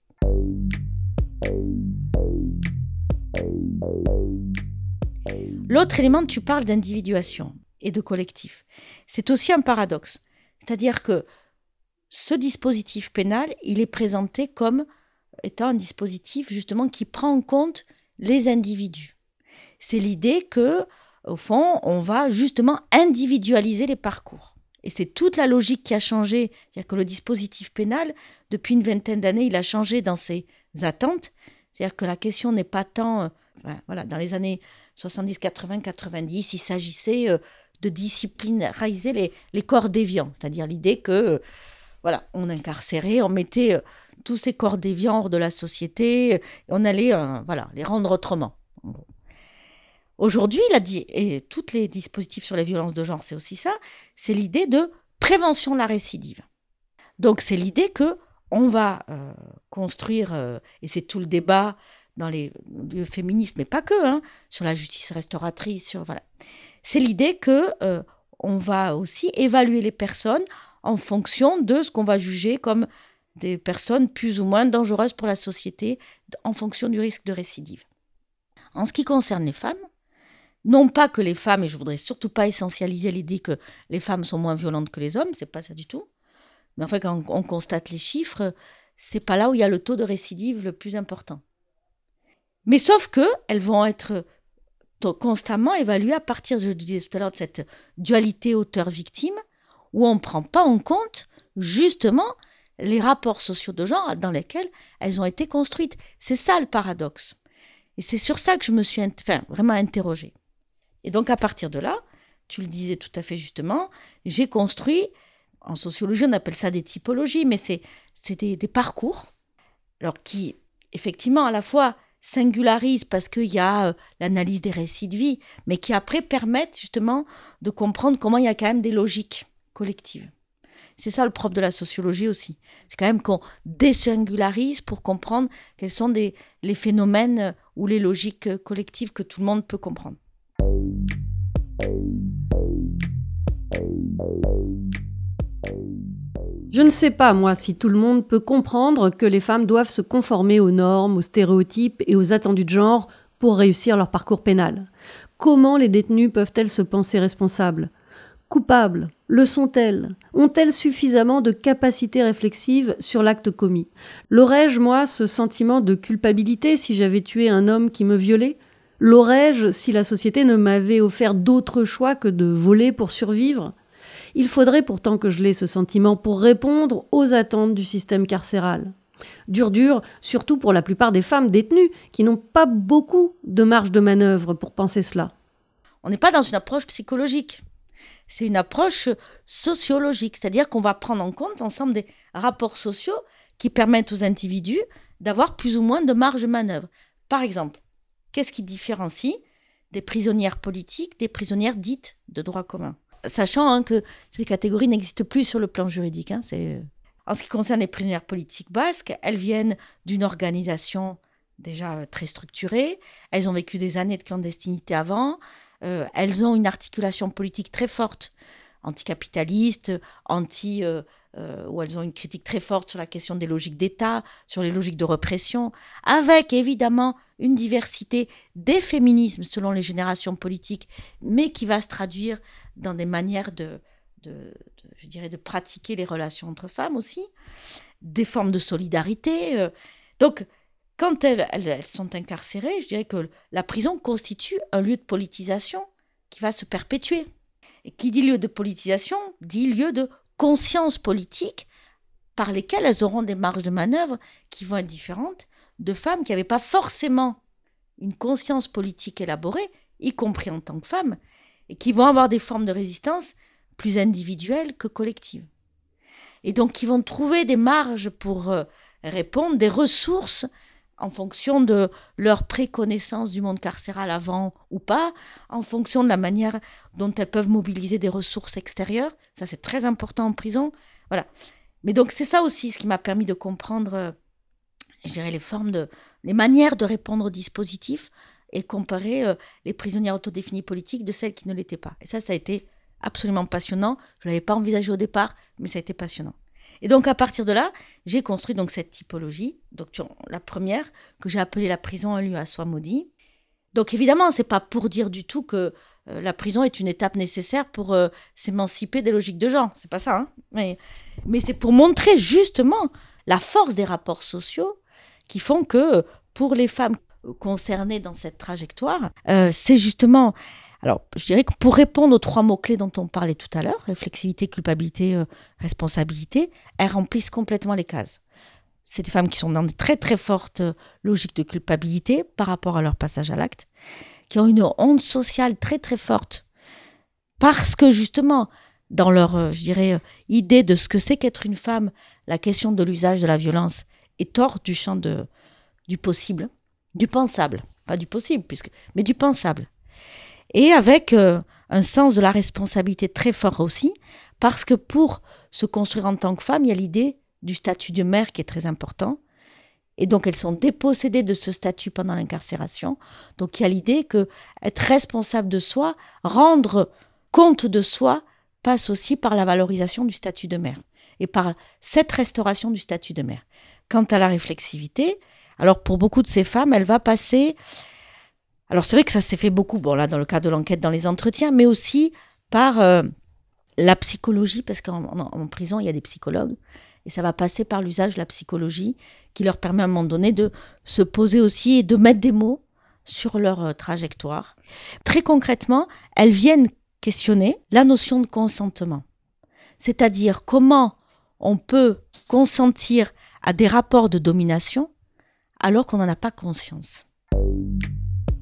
L'autre élément, tu parles d'individuation et de collectif. C'est aussi un paradoxe. C'est-à-dire que ce dispositif pénal, il est présenté comme étant un dispositif justement qui prend en compte les individus. C'est l'idée que au fond, on va justement individualiser les parcours. Et c'est toute la logique qui a changé. C'est-à-dire que le dispositif pénal, depuis une vingtaine d'années, il a changé dans ses attentes. C'est-à-dire que la question n'est pas tant... Euh, voilà, dans les années soixante-dix, quatre-vingts, quatre-vingt-dix, il s'agissait euh, de disciplinariser les, les corps déviants. C'est-à-dire l'idée que, euh, voilà, on incarcérait, on mettait euh, tous ces corps déviants hors de la société, et on allait euh, voilà, les rendre autrement, en gros. Aujourd'hui, il a dit, et tous les dispositifs sur les violences de genre, c'est aussi ça, c'est l'idée de prévention de la récidive. Donc, c'est l'idée qu'on va euh, construire, euh, et c'est tout le débat dans les lieux féministes, mais pas que, hein, sur la justice restauratrice, sur, voilà. C'est l'idée qu'on euh, va aussi évaluer les personnes en fonction de ce qu'on va juger comme des personnes plus ou moins dangereuses pour la société, en fonction du risque de récidive. En ce qui concerne les femmes, non pas que les femmes, et je ne voudrais surtout pas essentialiser l'idée que les femmes sont moins violentes que les hommes, ce n'est pas ça du tout. Mais en fait, quand on constate les chiffres, ce n'est pas là où il y a le taux de récidive le plus important. Mais sauf qu'elles vont être constamment évaluées à partir, je disais tout à l'heure, de cette dualité auteur-victime, où on ne prend pas en compte justement les rapports sociaux de genre dans lesquels elles ont été construites. C'est ça le paradoxe. Et c'est sur ça que je me suis int- enfin, vraiment interrogée. Et donc, à partir de là, tu le disais tout à fait justement, j'ai construit, en sociologie, on appelle ça des typologies, mais c'est, c'est des, des parcours, alors qui, effectivement, à la fois singularisent parce qu'il y a euh, l'analyse des récits de vie, mais qui après permettent justement de comprendre comment il y a quand même des logiques collectives. C'est ça le propre de la sociologie aussi. C'est quand même qu'on désingularise pour comprendre quels sont des, les phénomènes ou les logiques collectives que tout le monde peut comprendre. Je ne sais pas, moi, si tout le monde peut comprendre que les femmes doivent se conformer aux normes, aux stéréotypes et aux attendus de genre pour réussir leur parcours pénal. Comment les détenues peuvent-elles se penser responsables ? Coupables, le sont-elles ? Ont-elles suffisamment de capacité réflexive sur l'acte commis ? L'aurais-je, moi, ce sentiment de culpabilité si j'avais tué un homme qui me violait ? L'aurais-je si la société ne m'avait offert d'autre choix que de voler pour survivre ? Il faudrait pourtant que je l'ai ce sentiment pour répondre aux attentes du système carcéral. Dur dur, surtout pour la plupart des femmes détenues, qui n'ont pas beaucoup de marge de manœuvre pour penser cela. On n'est pas dans une approche psychologique. C'est une approche sociologique, c'est-à-dire qu'on va prendre en compte l'ensemble des rapports sociaux qui permettent aux individus d'avoir plus ou moins de marge de manœuvre. Par exemple, qu'est-ce qui différencie des prisonnières politiques des prisonnières dites de droit commun ? Sachant hein, que ces catégories n'existent plus sur le plan juridique. Hein, c'est... En ce qui concerne les prisonnières politiques basques, elles viennent d'une organisation déjà très structurée, elles ont vécu des années de clandestinité avant, euh, elles ont une articulation politique très forte, anticapitaliste, anti, euh, euh, où elles ont une critique très forte sur la question des logiques d'État, sur les logiques de répression, avec évidemment une diversité des féminismes selon les générations politiques, mais qui va se traduire dans des manières de, de, de, je dirais, de pratiquer les relations entre femmes aussi, des formes de solidarité. Euh. Donc, quand elles, elles, elles sont incarcérées, je dirais que la prison constitue un lieu de politisation qui va se perpétuer. Et qui dit lieu de politisation, dit lieu de conscience politique par lesquelles elles auront des marges de manœuvre qui vont être différentes de femmes qui n'avaient pas forcément une conscience politique élaborée, y compris en tant que femmes, et qui vont avoir des formes de résistance plus individuelles que collectives. Et donc, qui vont trouver des marges pour euh, répondre, des ressources en fonction de leur préconnaissance du monde carcéral avant ou pas, en fonction de la manière dont elles peuvent mobiliser des ressources extérieures. Ça, c'est très important en prison. Voilà. Mais donc, c'est ça aussi ce qui m'a permis de comprendre, euh, je dirais, les formes de, les manières de répondre aux dispositifs et comparer euh, les prisonnières autodéfinies politiques de celles qui ne l'étaient pas. Et ça, ça a été absolument passionnant. Je ne l'avais pas envisagé au départ, mais ça a été passionnant. Et donc, à partir de là, j'ai construit donc cette typologie. Donc, la première, que j'ai appelée la prison, un lieu à soi maudit. Donc, évidemment, ce n'est pas pour dire du tout que euh, la prison est une étape nécessaire pour euh, s'émanciper des logiques de genre. Ce n'est pas ça. Hein, mais, mais c'est pour montrer justement la force des rapports sociaux qui font que pour les femmes concernées dans cette trajectoire, euh, c'est justement... Alors, je dirais que pour répondre aux trois mots-clés dont on parlait tout à l'heure, réflexivité, culpabilité, euh, responsabilité, elles remplissent complètement les cases. C'est des femmes qui sont dans de très très fortes euh, logiques de culpabilité par rapport à leur passage à l'acte, qui ont une honte sociale très très forte, parce que justement, dans leur, euh, je dirais, euh, idée de ce que c'est qu'être une femme, la question de l'usage de la violence est hors du champ de, du possible, du pensable, pas du possible, puisque, mais du pensable. Et avec euh, un sens de la responsabilité très fort aussi, parce que pour se construire en tant que femme, il y a l'idée du statut de mère qui est très important. Et donc, elles sont dépossédées de ce statut pendant l'incarcération. Donc, il y a l'idée que être responsable de soi, rendre compte de soi, passe aussi par la valorisation du statut de mère et par cette restauration du statut de mère. Quant à la réflexivité, alors pour beaucoup de ces femmes, elle va passer... Alors, c'est vrai que ça s'est fait beaucoup, bon, là, dans le cadre de l'enquête, dans les entretiens, mais aussi par euh, la psychologie, parce qu'en en, en prison, il y a des psychologues, et ça va passer par l'usage de la psychologie, qui leur permet à un moment donné de se poser aussi et de mettre des mots sur leur euh, trajectoire. Très concrètement, elles viennent questionner la notion de consentement, c'est-à-dire comment on peut consentir à des rapports de domination alors qu'on n'en a pas conscience.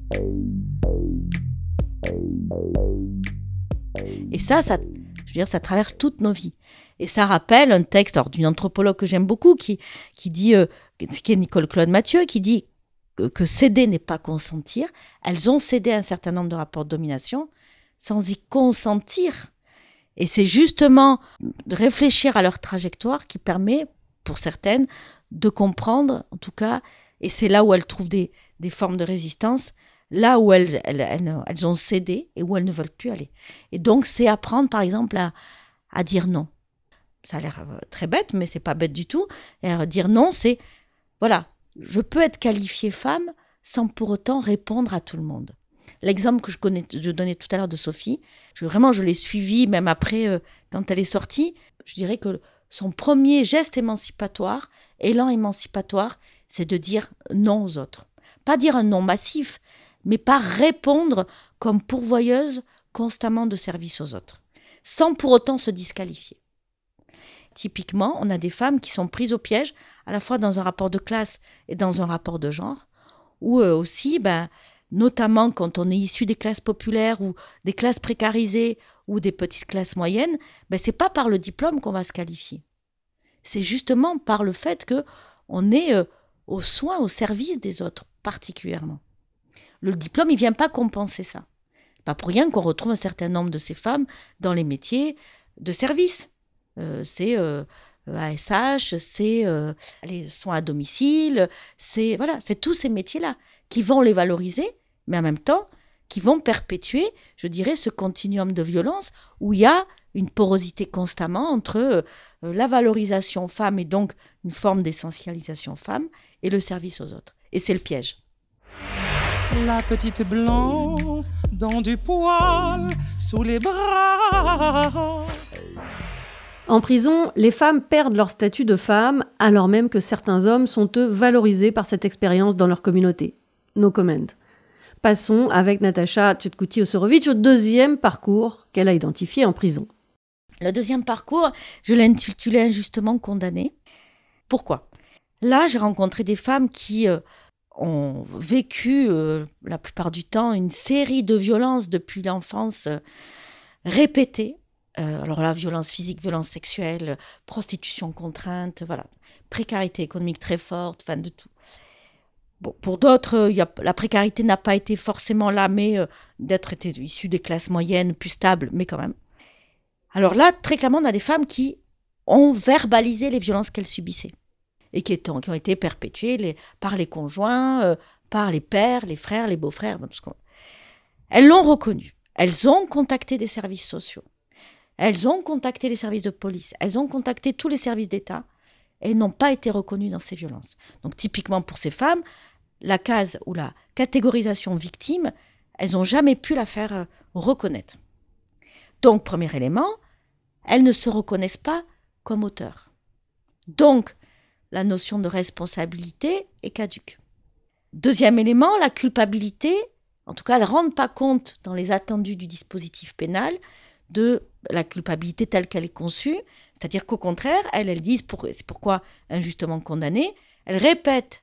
Et ça, ça, je veux dire, ça traverse toutes nos vies. Et ça rappelle un texte alors, d'une anthropologue que j'aime beaucoup, qui, qui dit, euh, qui est Nicole Claude Mathieu, qui dit que, que céder n'est pas consentir. Elles ont cédé à un certain nombre de rapports de domination sans y consentir. Et c'est justement de réfléchir à leur trajectoire qui permet, pour certaines, de comprendre, en tout cas, et c'est là où elles trouvent des, des formes de résistance, là où elles, elles, elles, elles ont cédé et où elles ne veulent plus aller. Et donc, c'est apprendre, par exemple, à, à dire non. Ça a l'air très bête, mais c'est pas bête du tout. Et dire non, c'est, voilà, je peux être qualifiée femme sans pour autant répondre à tout le monde. L'exemple que je, connais, je donnais tout à l'heure de Sophie, je, vraiment, je l'ai suivie, même après, euh, quand elle est sortie, je dirais que son premier geste émancipatoire, élan émancipatoire, c'est de dire non aux autres. Pas dire un non massif, mais pas répondre comme pourvoyeuse constamment de service aux autres, sans pour autant se disqualifier. Typiquement, on a des femmes qui sont prises au piège, à la fois dans un rapport de classe et dans un rapport de genre, où euh, aussi, ben, notamment quand on est issu des classes populaires ou des classes précarisées ou des petites classes moyennes, ben, ce n'est pas par le diplôme qu'on va se qualifier. C'est justement par le fait qu'on est euh, au soin, au service des autres, particulièrement. Le diplôme, il ne vient pas compenser ça. Pas pour rien qu'on retrouve un certain nombre de ces femmes dans les métiers de service. Euh, c'est euh, A S H, c'est euh, les soins à domicile, c'est, voilà, c'est tous ces métiers-là qui vont les valoriser, mais en même temps, qui vont perpétuer, je dirais, ce continuum de violence où il y a une porosité constamment entre euh, la valorisation femme et donc une forme d'essentialisation femme et le service aux autres. Et c'est le piège. La petite blanc dans du poil sous les bras. En prison, les femmes perdent leur statut de femme, alors même que certains hommes sont, eux, valorisés par cette expérience dans leur communauté. No comment. Passons avec Natacha Tchetkouti-Osorovic au deuxième parcours qu'elle a identifié en prison. Le deuxième parcours, je l'ai intitulé injustement condamné. Pourquoi ? Là, j'ai rencontré des femmes qui euh, ont vécu, euh, la plupart du temps, une série de violences depuis l'enfance euh, répétées. Euh, alors la violence physique, violence sexuelle, prostitution contrainte, voilà, précarité économique très forte, enfin de tout. Bon, pour d'autres, y a, la précarité n'a pas été forcément là, mais euh, d'être été issu des classes moyennes, plus stables, mais quand même. Alors là, très clairement, on a des femmes qui ont verbalisé les violences qu'elles subissaient et qui, étant, qui ont été perpétuées les, par les conjoints, euh, par les pères, les frères, les beaux-frères. Tout ce qu'on... Elles l'ont reconnu. Elles ont contacté des services sociaux. Elles ont contacté les services de police. Elles ont contacté tous les services d'État et n'ont pas été reconnues dans ces violences. Donc typiquement pour ces femmes, la case ou la catégorisation victime, elles n'ont jamais pu la faire euh, reconnaître. Donc, premier élément, elles ne se reconnaissent pas comme auteurs. Donc, la notion de responsabilité est caduque. Deuxième élément, la culpabilité, en tout cas, elles ne rendent pas compte dans les attendus du dispositif pénal de la culpabilité telle qu'elle est conçue, c'est-à-dire qu'au contraire, elles, elles disent, pour, c'est pourquoi injustement condamnée, elles répètent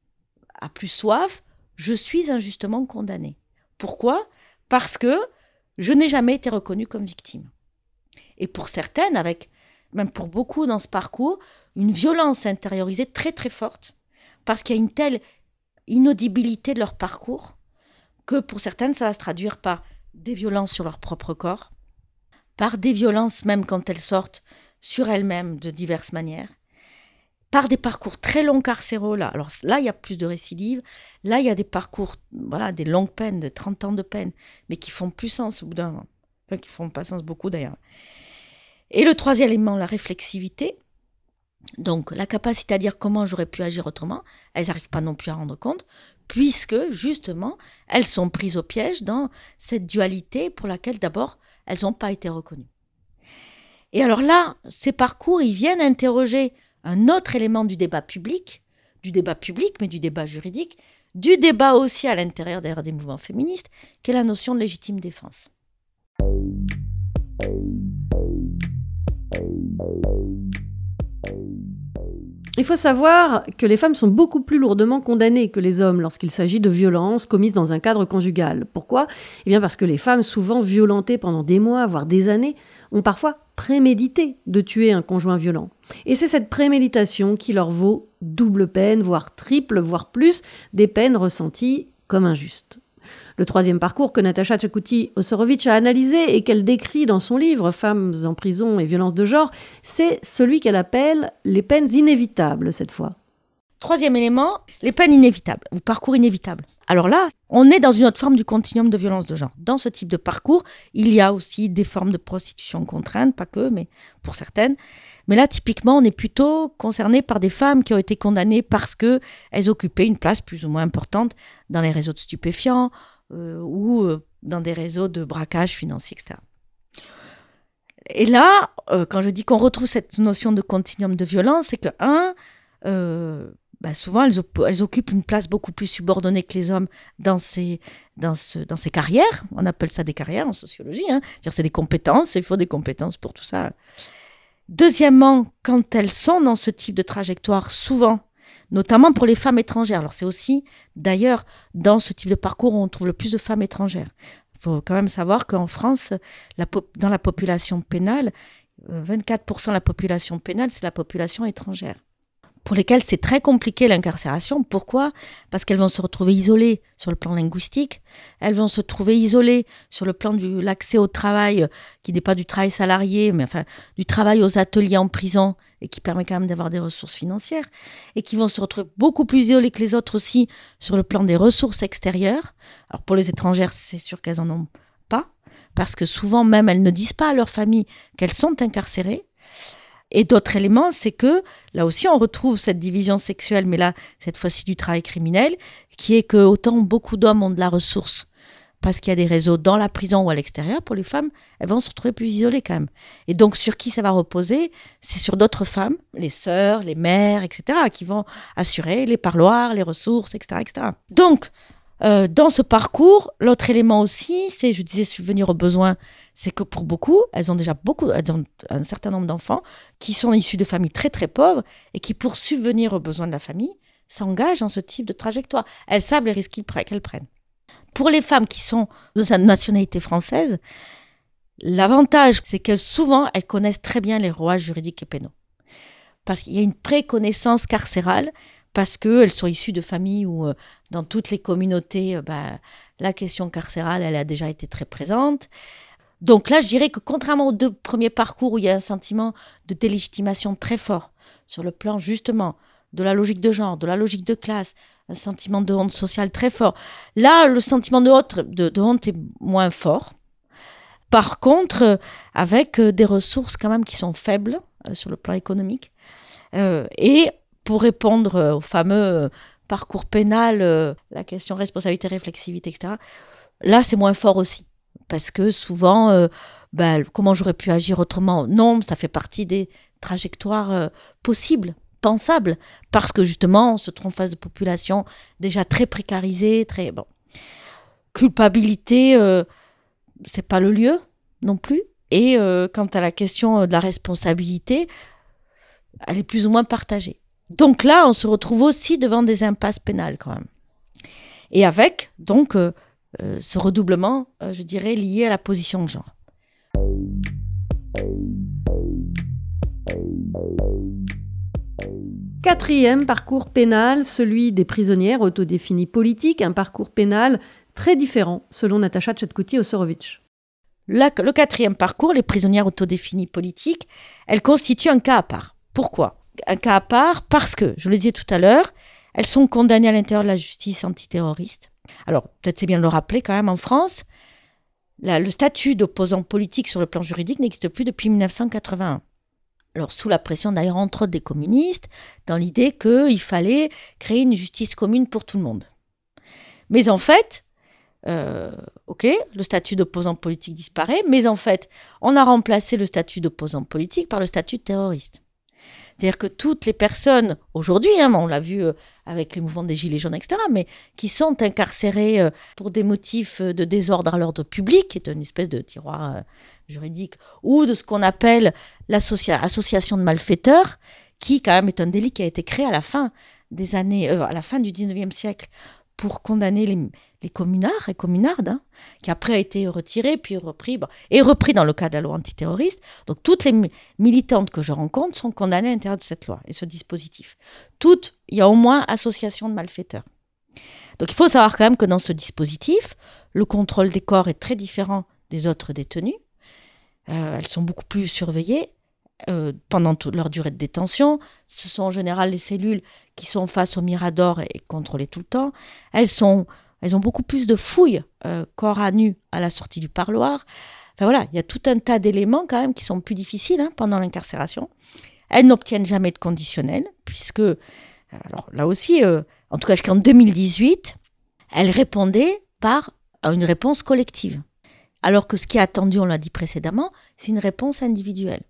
à plus soif, je suis injustement condamnée. Pourquoi ? Parce que je n'ai jamais été reconnue comme victime. Et pour certaines, avec, même pour beaucoup dans ce parcours, une violence intériorisée très très forte, parce qu'il y a une telle inaudibilité de leur parcours, que pour certaines, ça va se traduire par des violences sur leur propre corps, par des violences même quand elles sortent sur elles-mêmes de diverses manières, par des parcours très longs carcéraux. Là. Alors là, il y a plus de récidives. Là, il y a des parcours, voilà, des longues peines, de trente ans de peine, mais qui font plus sens au bout d'un moment. Enfin, qui font pas sens beaucoup d'ailleurs. Et le troisième élément, la réflexivité. Donc, la capacité à dire comment j'aurais pu agir autrement. Elles n'arrivent pas non plus à rendre compte, puisque, justement, elles sont prises au piège dans cette dualité pour laquelle, d'abord, elles n'ont pas été reconnues. Et alors là, ces parcours, ils viennent interroger un autre élément du débat public, du débat public, mais du débat juridique, du débat aussi à l'intérieur d'ailleurs des mouvements féministes, qui est la notion de légitime défense. Il faut savoir que les femmes sont beaucoup plus lourdement condamnées que les hommes lorsqu'il s'agit de violences commises dans un cadre conjugal. Pourquoi ? Eh bien parce que les femmes, souvent violentées pendant des mois, voire des années, ont parfois prémédité de tuer un conjoint violent. Et c'est cette préméditation qui leur vaut double peine, voire triple, voire plus, des peines ressenties comme injustes. Le troisième parcours que Natacha Tchekouty-Ossorovitch a analysé et qu'elle décrit dans son livre « Femmes en prison et violences de genre », c'est celui qu'elle appelle les peines inévitables cette fois. Troisième élément, les peines inévitables, ou parcours inévitables. Alors là, on est dans une autre forme du continuum de violence de genre. Dans ce type de parcours, il y a aussi des formes de prostitution contrainte, pas que, mais pour certaines. Mais là, typiquement, on est plutôt concerné par des femmes qui ont été condamnées parce qu'elles occupaient une place plus ou moins importante dans les réseaux de stupéfiants euh, ou euh, dans des réseaux de braquage financier, et cetera. Et là, euh, quand je dis qu'on retrouve cette notion de continuum de violence, c'est que, un, euh, bah souvent, elles, op- elles occupent une place beaucoup plus subordonnée que les hommes dans ces, dans ce, dans ces carrières. On appelle ça des carrières en sociologie. Hein. C'est-à-dire, c'est des compétences, il faut des compétences pour tout ça. Deuxièmement, quand elles sont dans ce type de trajectoire, souvent, notamment pour les femmes étrangères. Alors, c'est aussi, d'ailleurs, dans ce type de parcours où on trouve le plus de femmes étrangères. Il faut quand même savoir qu'en France, la pop- dans la population pénale, vingt-quatre pour cent de la population pénale, c'est la population étrangère, pour lesquelles c'est très compliqué l'incarcération. Pourquoi ? Parce qu'elles vont se retrouver isolées sur le plan linguistique, elles vont se trouver isolées sur le plan de l'accès au travail, qui n'est pas du travail salarié, mais enfin du travail aux ateliers en prison, et qui permet quand même d'avoir des ressources financières, et qui vont se retrouver beaucoup plus isolées que les autres aussi sur le plan des ressources extérieures. Alors pour les étrangères, c'est sûr qu'elles n'en ont pas, parce que souvent même elles ne disent pas à leur famille qu'elles sont incarcérées. Et d'autres éléments, c'est que là aussi on retrouve cette division sexuelle, mais là cette fois-ci du travail criminel, qui est que autant beaucoup d'hommes ont de la ressource parce qu'il y a des réseaux dans la prison ou à l'extérieur, pour les femmes, elles vont se retrouver plus isolées quand même. Et donc sur qui ça va reposer ? C'est sur d'autres femmes, les sœurs, les mères, et cetera, qui vont assurer les parloirs, les ressources, et cetera, et cetera. Donc Euh, dans ce parcours, l'autre élément aussi, c'est, je disais, subvenir aux besoins, c'est que pour beaucoup, elles ont déjà beaucoup, elles ont un certain nombre d'enfants qui sont issus de familles très très pauvres et qui, pour subvenir aux besoins de la famille, s'engagent dans ce type de trajectoire. Elles savent les risques qu'elles prennent. Pour les femmes qui sont de sa nationalité française, l'avantage, c'est que souvent, elles connaissent très bien les rouages juridiques et pénaux. Parce qu'il y a une préconnaissance carcérale, parce qu'elles sont issues de familles où, euh, dans toutes les communautés, euh, bah, la question carcérale, elle a déjà été très présente. Donc là, je dirais que contrairement aux deux premiers parcours où il y a un sentiment de délégitimation très fort, sur le plan justement de la logique de genre, de la logique de classe, un sentiment de honte sociale très fort, là, le sentiment de honte, de, de honte est moins fort. Par contre, euh, avec euh, des ressources quand même qui sont faibles euh, sur le plan économique, euh, et pour répondre au fameux parcours pénal, euh, la question responsabilité, réflexivité, et cetera, là, c'est moins fort aussi. Parce que souvent, euh, ben, comment j'aurais pu agir autrement ? Non, ça fait partie des trajectoires euh, possibles, pensables. Parce que justement, on se trouve en face de populations déjà très précarisées, très... Bon. Culpabilité, euh, c'est pas le lieu non plus. Et euh, quant à la question de la responsabilité, elle est plus ou moins partagée. Donc là, on se retrouve aussi devant des impasses pénales quand même. Et avec, donc, euh, euh, ce redoublement, euh, je dirais, lié à la position de genre. Quatrième parcours pénal, celui des prisonnières autodéfinies politiques, un parcours pénal très différent, selon Natacha Tchekouty-Ossorovitch. La, le quatrième parcours, les prisonnières autodéfinies politiques, elles constituent un cas à part. Pourquoi ? Un cas à part parce que, je le disais tout à l'heure, elles sont condamnées à l'intérieur de la justice antiterroriste. Alors, peut-être c'est bien de le rappeler quand même, en France, la, le statut d'opposant politique sur le plan juridique n'existe plus depuis dix-neuf cent quatre-vingt-un. Alors, sous la pression d'ailleurs, entre autres, des communistes, dans l'idée qu'il fallait créer une justice commune pour tout le monde. Mais en fait, euh, ok, le statut d'opposant politique disparaît, mais en fait, on a remplacé le statut d'opposant politique par le statut de terroriste. C'est-à-dire que toutes les personnes, aujourd'hui, hein, on l'a vu euh, avec les mouvements des Gilets jaunes, et cetera, mais qui sont incarcérées euh, pour des motifs de désordre à l'ordre public, qui est une espèce de tiroir euh, juridique, ou de ce qu'on appelle l'association de malfaiteurs, qui quand même est un délit qui a été créé à la fin des années, euh, à la fin du dix-neuvième siècle, pour condamner les, les communards et communardes, hein, qui après a été retiré, puis repris, bon, et repris dans le cadre de la loi antiterroriste. Donc toutes les mi- militantes que je rencontre sont condamnées à l'intérieur de cette loi et ce dispositif. Toutes, il y a au moins association de malfaiteurs. Donc il faut savoir quand même que dans ce dispositif, le contrôle des corps est très différent des autres détenus. Euh, elles sont beaucoup plus surveillées euh, pendant toute leur durée de détention. Ce sont en général les cellules qui sont face au mirador et contrôlées tout le temps. Elles, sont, elles ont beaucoup plus de fouilles, euh, corps à nu à la sortie du parloir. Enfin voilà, il y a tout un tas d'éléments quand même qui sont plus difficiles hein, pendant l'incarcération. Elles n'obtiennent jamais de conditionnel, puisque, alors là aussi, euh, en tout cas jusqu'en deux mille dix-huit, elles répondaient par une réponse collective. Alors que ce qui est attendu, on l'a dit précédemment, c'est une réponse individuelle.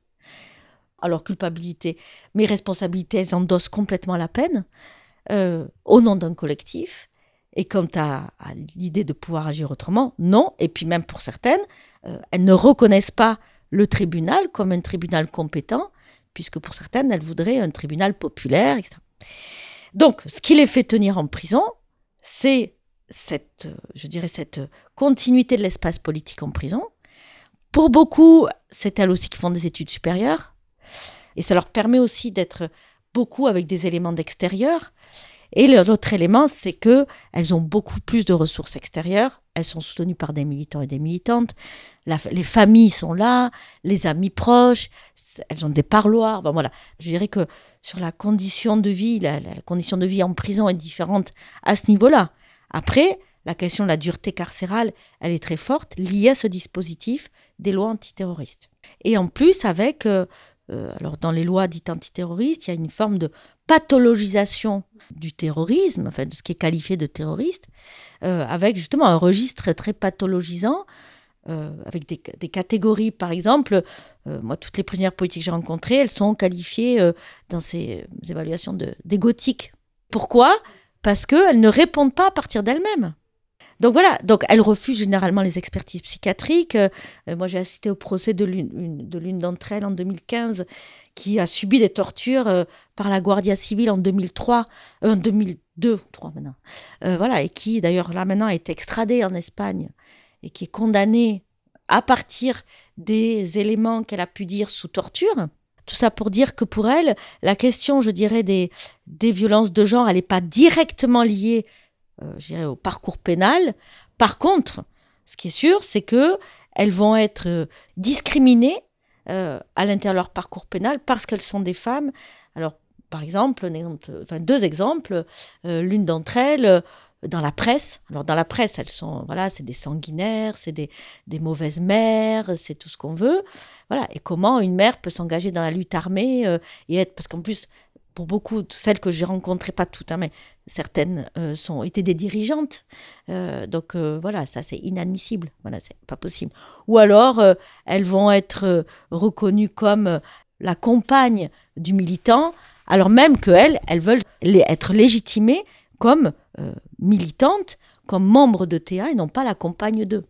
Alors culpabilité, mais responsabilité, elles endossent complètement la peine euh, au nom d'un collectif. Et quant à, à l'idée de pouvoir agir autrement, non. Et puis même pour certaines, euh, elles ne reconnaissent pas le tribunal comme un tribunal compétent, puisque pour certaines, elles voudraient un tribunal populaire, et cetera. Donc, ce qui les fait tenir en prison, c'est cette, je dirais, cette continuité de l'espace politique en prison. Pour beaucoup, c'est elles aussi qui font des études supérieures. Et ça leur permet aussi d'être beaucoup avec des éléments d'extérieur. Et l'autre élément, c'est qu'elles ont beaucoup plus de ressources extérieures. Elles sont soutenues par des militants et des militantes. La, les familles sont là, les amis proches. Elles ont des parloirs. Bon, voilà. Je dirais que sur la condition de vie, la, la condition de vie en prison est différente à ce niveau-là. Après, la question de la dureté carcérale, elle est très forte, liée à ce dispositif des lois antiterroristes. Et en plus, avec... Euh, Euh, alors dans les lois dites antiterroristes, il y a une forme de pathologisation du terrorisme, enfin de ce qui est qualifié de terroriste, euh, avec justement un registre très pathologisant, euh, avec des, des catégories. Par exemple, euh, moi, toutes les prisonnières politiques que j'ai rencontrées, elles sont qualifiées euh, dans ces évaluations de, des gothiques. Pourquoi ? Parce qu'elles ne répondent pas à partir d'elles-mêmes. Donc voilà, donc elles refusent généralement les expertises psychiatriques. Euh, moi, j'ai assisté au procès de l'une, une, de l'une d'entre elles en deux mille quinze, qui a subi des tortures euh, par la Guardia Civile en deux mille trois, euh, en deux mille deux, trois maintenant. Euh, voilà, et qui d'ailleurs là maintenant est extradée en Espagne et qui est condamnée à partir des éléments qu'elle a pu dire sous torture. Tout ça pour dire que pour elle, la question, je dirais, des, des violences de genre, elle n'est pas directement liée Euh, je dirais, au parcours pénal. Par contre, ce qui est sûr, c'est qu'elles vont être euh, discriminées euh, à l'intérieur de leur parcours pénal parce qu'elles sont des femmes. Alors, par exemple, un exemple enfin, deux exemples. Euh, l'une d'entre elles, euh, dans la presse. Alors, dans la presse, elles sont, voilà, c'est des sanguinaires, c'est des, des mauvaises mères, c'est tout ce qu'on veut. Voilà. Et comment une mère peut s'engager dans la lutte armée euh, et être... Parce qu'en plus, pour beaucoup, celles que j'ai rencontrées, pas toutes, hein, mais certaines euh, sont, étaient des dirigeantes. Euh, donc euh, voilà, ça c'est inadmissible. Voilà, c'est pas possible. Ou alors, euh, elles vont être euh, reconnues comme euh, la compagne du militant, alors même qu'elles, elles veulent les, être légitimées comme euh, militantes, comme membres de T A et non pas la compagne d'eux.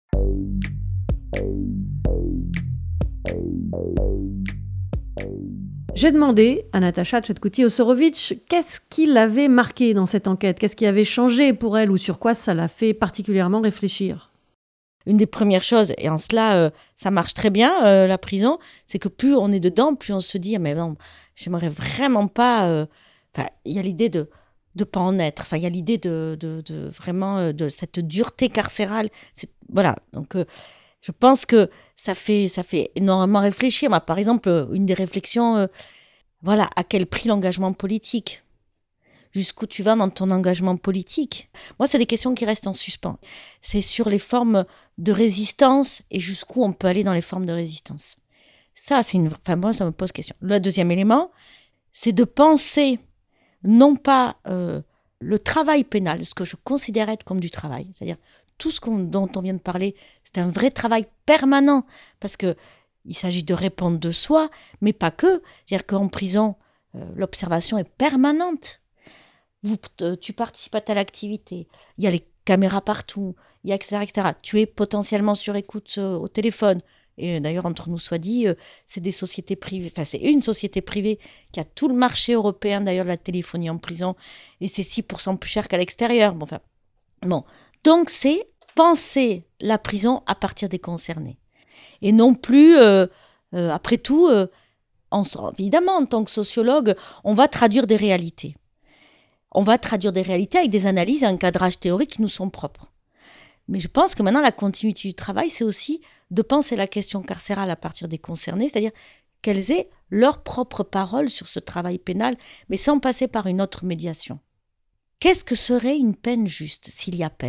J'ai demandé à Natacha Tchetkoudi-Ossorovic qu'est-ce qui l'avait marqué dans cette enquête, qu'est-ce qui avait changé pour elle ou sur quoi ça l'a fait particulièrement réfléchir. Une des premières choses, et en cela, euh, ça marche très bien, euh, la prison, c'est que plus on est dedans, plus on se dit, mais non, j'aimerais vraiment pas... Euh... Enfin, il y a l'idée de ne pas en être, enfin, il y a l'idée de, de, de vraiment euh, de cette dureté carcérale. C'est... Voilà, donc... Euh, Je pense que ça fait, ça fait énormément réfléchir. Moi, par exemple, une des réflexions, euh, voilà, à quel prix l'engagement politique ? Jusqu'où tu vas dans ton engagement politique ? Moi, c'est des questions qui restent en suspens. C'est sur les formes de résistance et jusqu'où on peut aller dans les formes de résistance. Ça, c'est une... Enfin, moi, ça me pose question. Le deuxième élément, c'est de penser non pas euh, le travail pénal, ce que je considère être comme du travail, c'est-à-dire tout ce qu'on, dont on vient de parler, c'est un vrai travail permanent, parce qu'il s'agit de répondre de soi, mais pas que. C'est-à-dire qu'en prison, euh, l'observation est permanente. Vous, euh, tu participes à telle activité, il y a les caméras partout, il y a et cetera, et cetera. Tu es potentiellement sur écoute euh, au téléphone, Et d'ailleurs, entre nous soit dit, c'est des sociétés privées, enfin c'est une société privée qui a tout le marché européen d'ailleurs de la téléphonie en prison, et c'est six pour cent plus cher qu'à l'extérieur. Bon, enfin, bon. Donc c'est penser la prison à partir des concernés. Et non plus, euh, euh, après tout, euh, en, évidemment, en tant que sociologue, on va traduire des réalités. On va traduire des réalités avec des analyses et un cadrage théorique qui nous sont propres. Mais je pense que maintenant, la continuité du travail, c'est aussi de penser la question carcérale à partir des concernés, c'est-à-dire qu'elles aient leur propre parole sur ce travail pénal, mais sans passer par une autre médiation. Qu'est-ce que serait une peine juste, s'il y a peine ?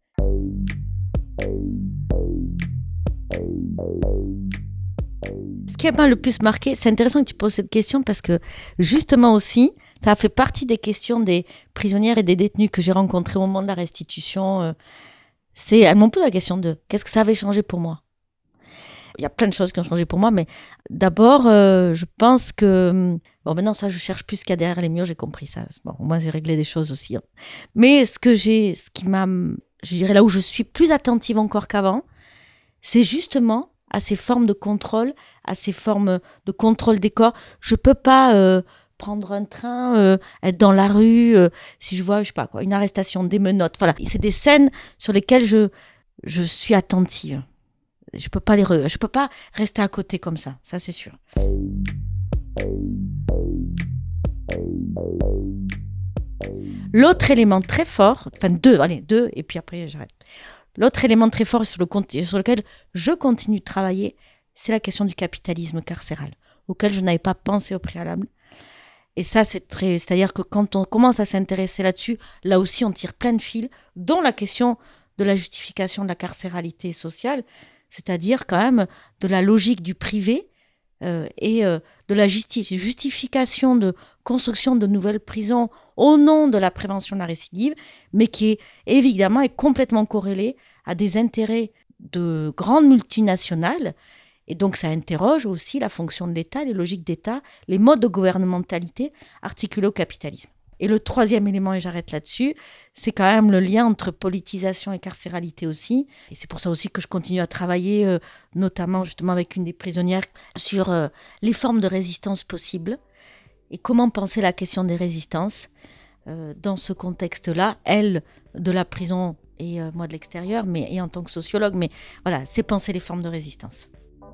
Ce qui m'a le plus marqué, c'est intéressant que tu poses cette question parce que justement aussi, ça a fait partie des questions des prisonnières et des détenus que j'ai rencontrés au moment de la restitution. C'est, elles m'ont posé la question de qu'est-ce que ça avait changé pour moi ? Il y a plein de choses qui ont changé pour moi, mais d'abord, euh, je pense que... Bon, maintenant, ça, je cherche plus qu'à derrière les murs, j'ai compris ça. Bon, moi, j'ai réglé des choses aussi. Hein. Mais ce que j'ai, ce qui m'a... Je dirais là où je suis plus attentive encore qu'avant, c'est justement à ces formes de contrôle, à ces formes de contrôle des corps. Je peux pas euh, prendre un train, euh, être dans la rue, euh, si je vois, je sais pas quoi, une arrestation, des menottes. Voilà, c'est des scènes sur lesquelles je, je suis attentive. Je peux pas les re... je peux pas rester à côté comme ça, ça c'est sûr. L'autre élément très fort, enfin deux, allez deux et puis après j'arrête. L'autre élément très fort sur, le, sur lequel je continue de travailler, c'est la question du capitalisme carcéral, auquel je n'avais pas pensé au préalable. Et ça, c'est très, c'est-à-dire que quand on commence à s'intéresser là-dessus, là aussi, on tire plein de fils, dont la question de la justification de la carcéralité sociale, c'est-à-dire quand même de la logique du privé euh, et euh, de la justi- justification de construction de nouvelles prisons au nom de la prévention de la récidive, mais qui est évidemment est complètement corrélée à des intérêts de grandes multinationales. Et donc ça interroge aussi la fonction de l'État, les logiques d'État, les modes de gouvernementalité articulés au capitalisme. Et le troisième élément, et j'arrête là-dessus, c'est quand même le lien entre politisation et carcéralité aussi. Et c'est pour ça aussi que je continue à travailler, euh, notamment justement avec une des prisonnières, sur euh, les formes de résistance possibles et comment penser la question des résistances euh, dans ce contexte-là, elle de la prison et euh, moi de l'extérieur, mais et en tant que sociologue. Mais voilà, c'est penser les formes de résistance.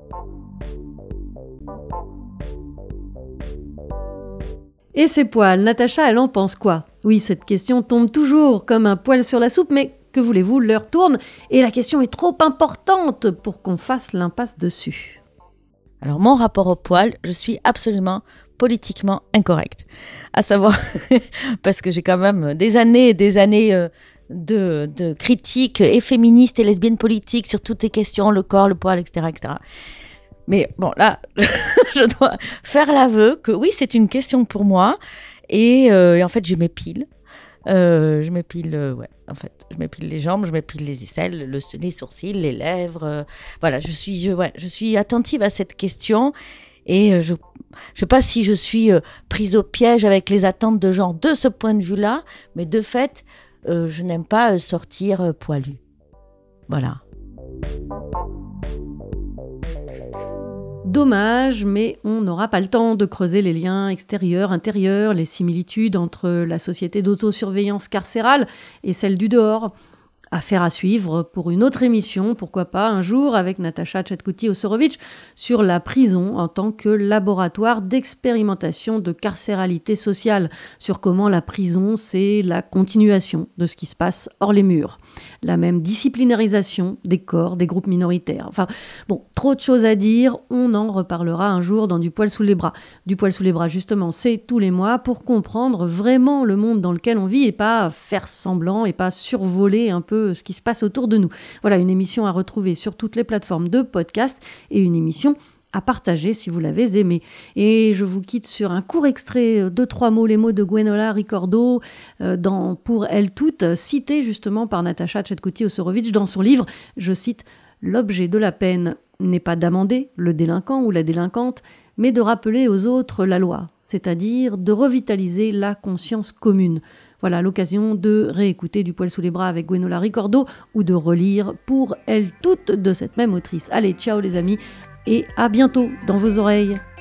Et ces poils, Natacha, elle en pense quoi ? Oui, cette question tombe toujours comme un poil sur la soupe, mais que voulez-vous, l'heure tourne et la question est trop importante pour qu'on fasse l'impasse dessus. Alors, mon rapport au poil, je suis absolument politiquement incorrecte. À savoir, parce que j'ai quand même des années et des années euh, de, de critiques et féministes et lesbiennes politiques sur toutes les questions, le corps, le poil, et cetera, et cetera. Mais bon, là, je dois faire l'aveu que oui, c'est une question pour moi. Et, euh, et en fait, je m'épile. Euh, je m'épile, euh, ouais, en fait. Je m'épile les jambes, je m'épile les aisselles, le, les sourcils, les lèvres. Euh, voilà, je suis, je, ouais, je suis attentive à cette question. Et euh, je ne sais pas si je suis euh, prise au piège avec les attentes de genre de ce point de vue-là. Mais de fait, euh, je n'aime pas euh, sortir euh, poilu. Voilà. Dommage, mais on n'aura pas le temps de creuser les liens extérieurs, intérieurs, les similitudes entre la société d'autosurveillance carcérale et celle du dehors. Affaire à suivre pour une autre émission, pourquoi pas un jour avec Natacha Tchatkoudi-Osorovic sur la prison en tant que laboratoire d'expérimentation de carcéralité sociale, sur comment la prison c'est la continuation de ce qui se passe hors les murs, la même disciplinarisation des corps des groupes minoritaires. Enfin bon, trop de choses à dire, on en reparlera un jour dans Du poil sous les bras. Du poil sous les bras justement, c'est tous les mois pour comprendre vraiment le monde dans lequel on vit et pas faire semblant et pas survoler un peu ce qui se passe autour de nous. Voilà, une émission à retrouver sur toutes les plateformes de podcast et une émission à partager si vous l'avez aimé. Et je vous quitte sur un court extrait de trois mots, les mots de Gwenola Ricordo euh, dans Pour elle toutes, cité justement par Natacha Tchatkoudi-Osorovic dans son livre, je cite, « L'objet de la peine n'est pas d'amender le délinquant ou la délinquante, mais de rappeler aux autres la loi, c'est-à-dire de revitaliser la conscience commune. Voilà l'occasion de réécouter Du poil sous les bras avec Gwenola Ricordo ou de relire Pour elles toutes de cette même autrice. Allez, ciao les amis et à bientôt dans vos oreilles.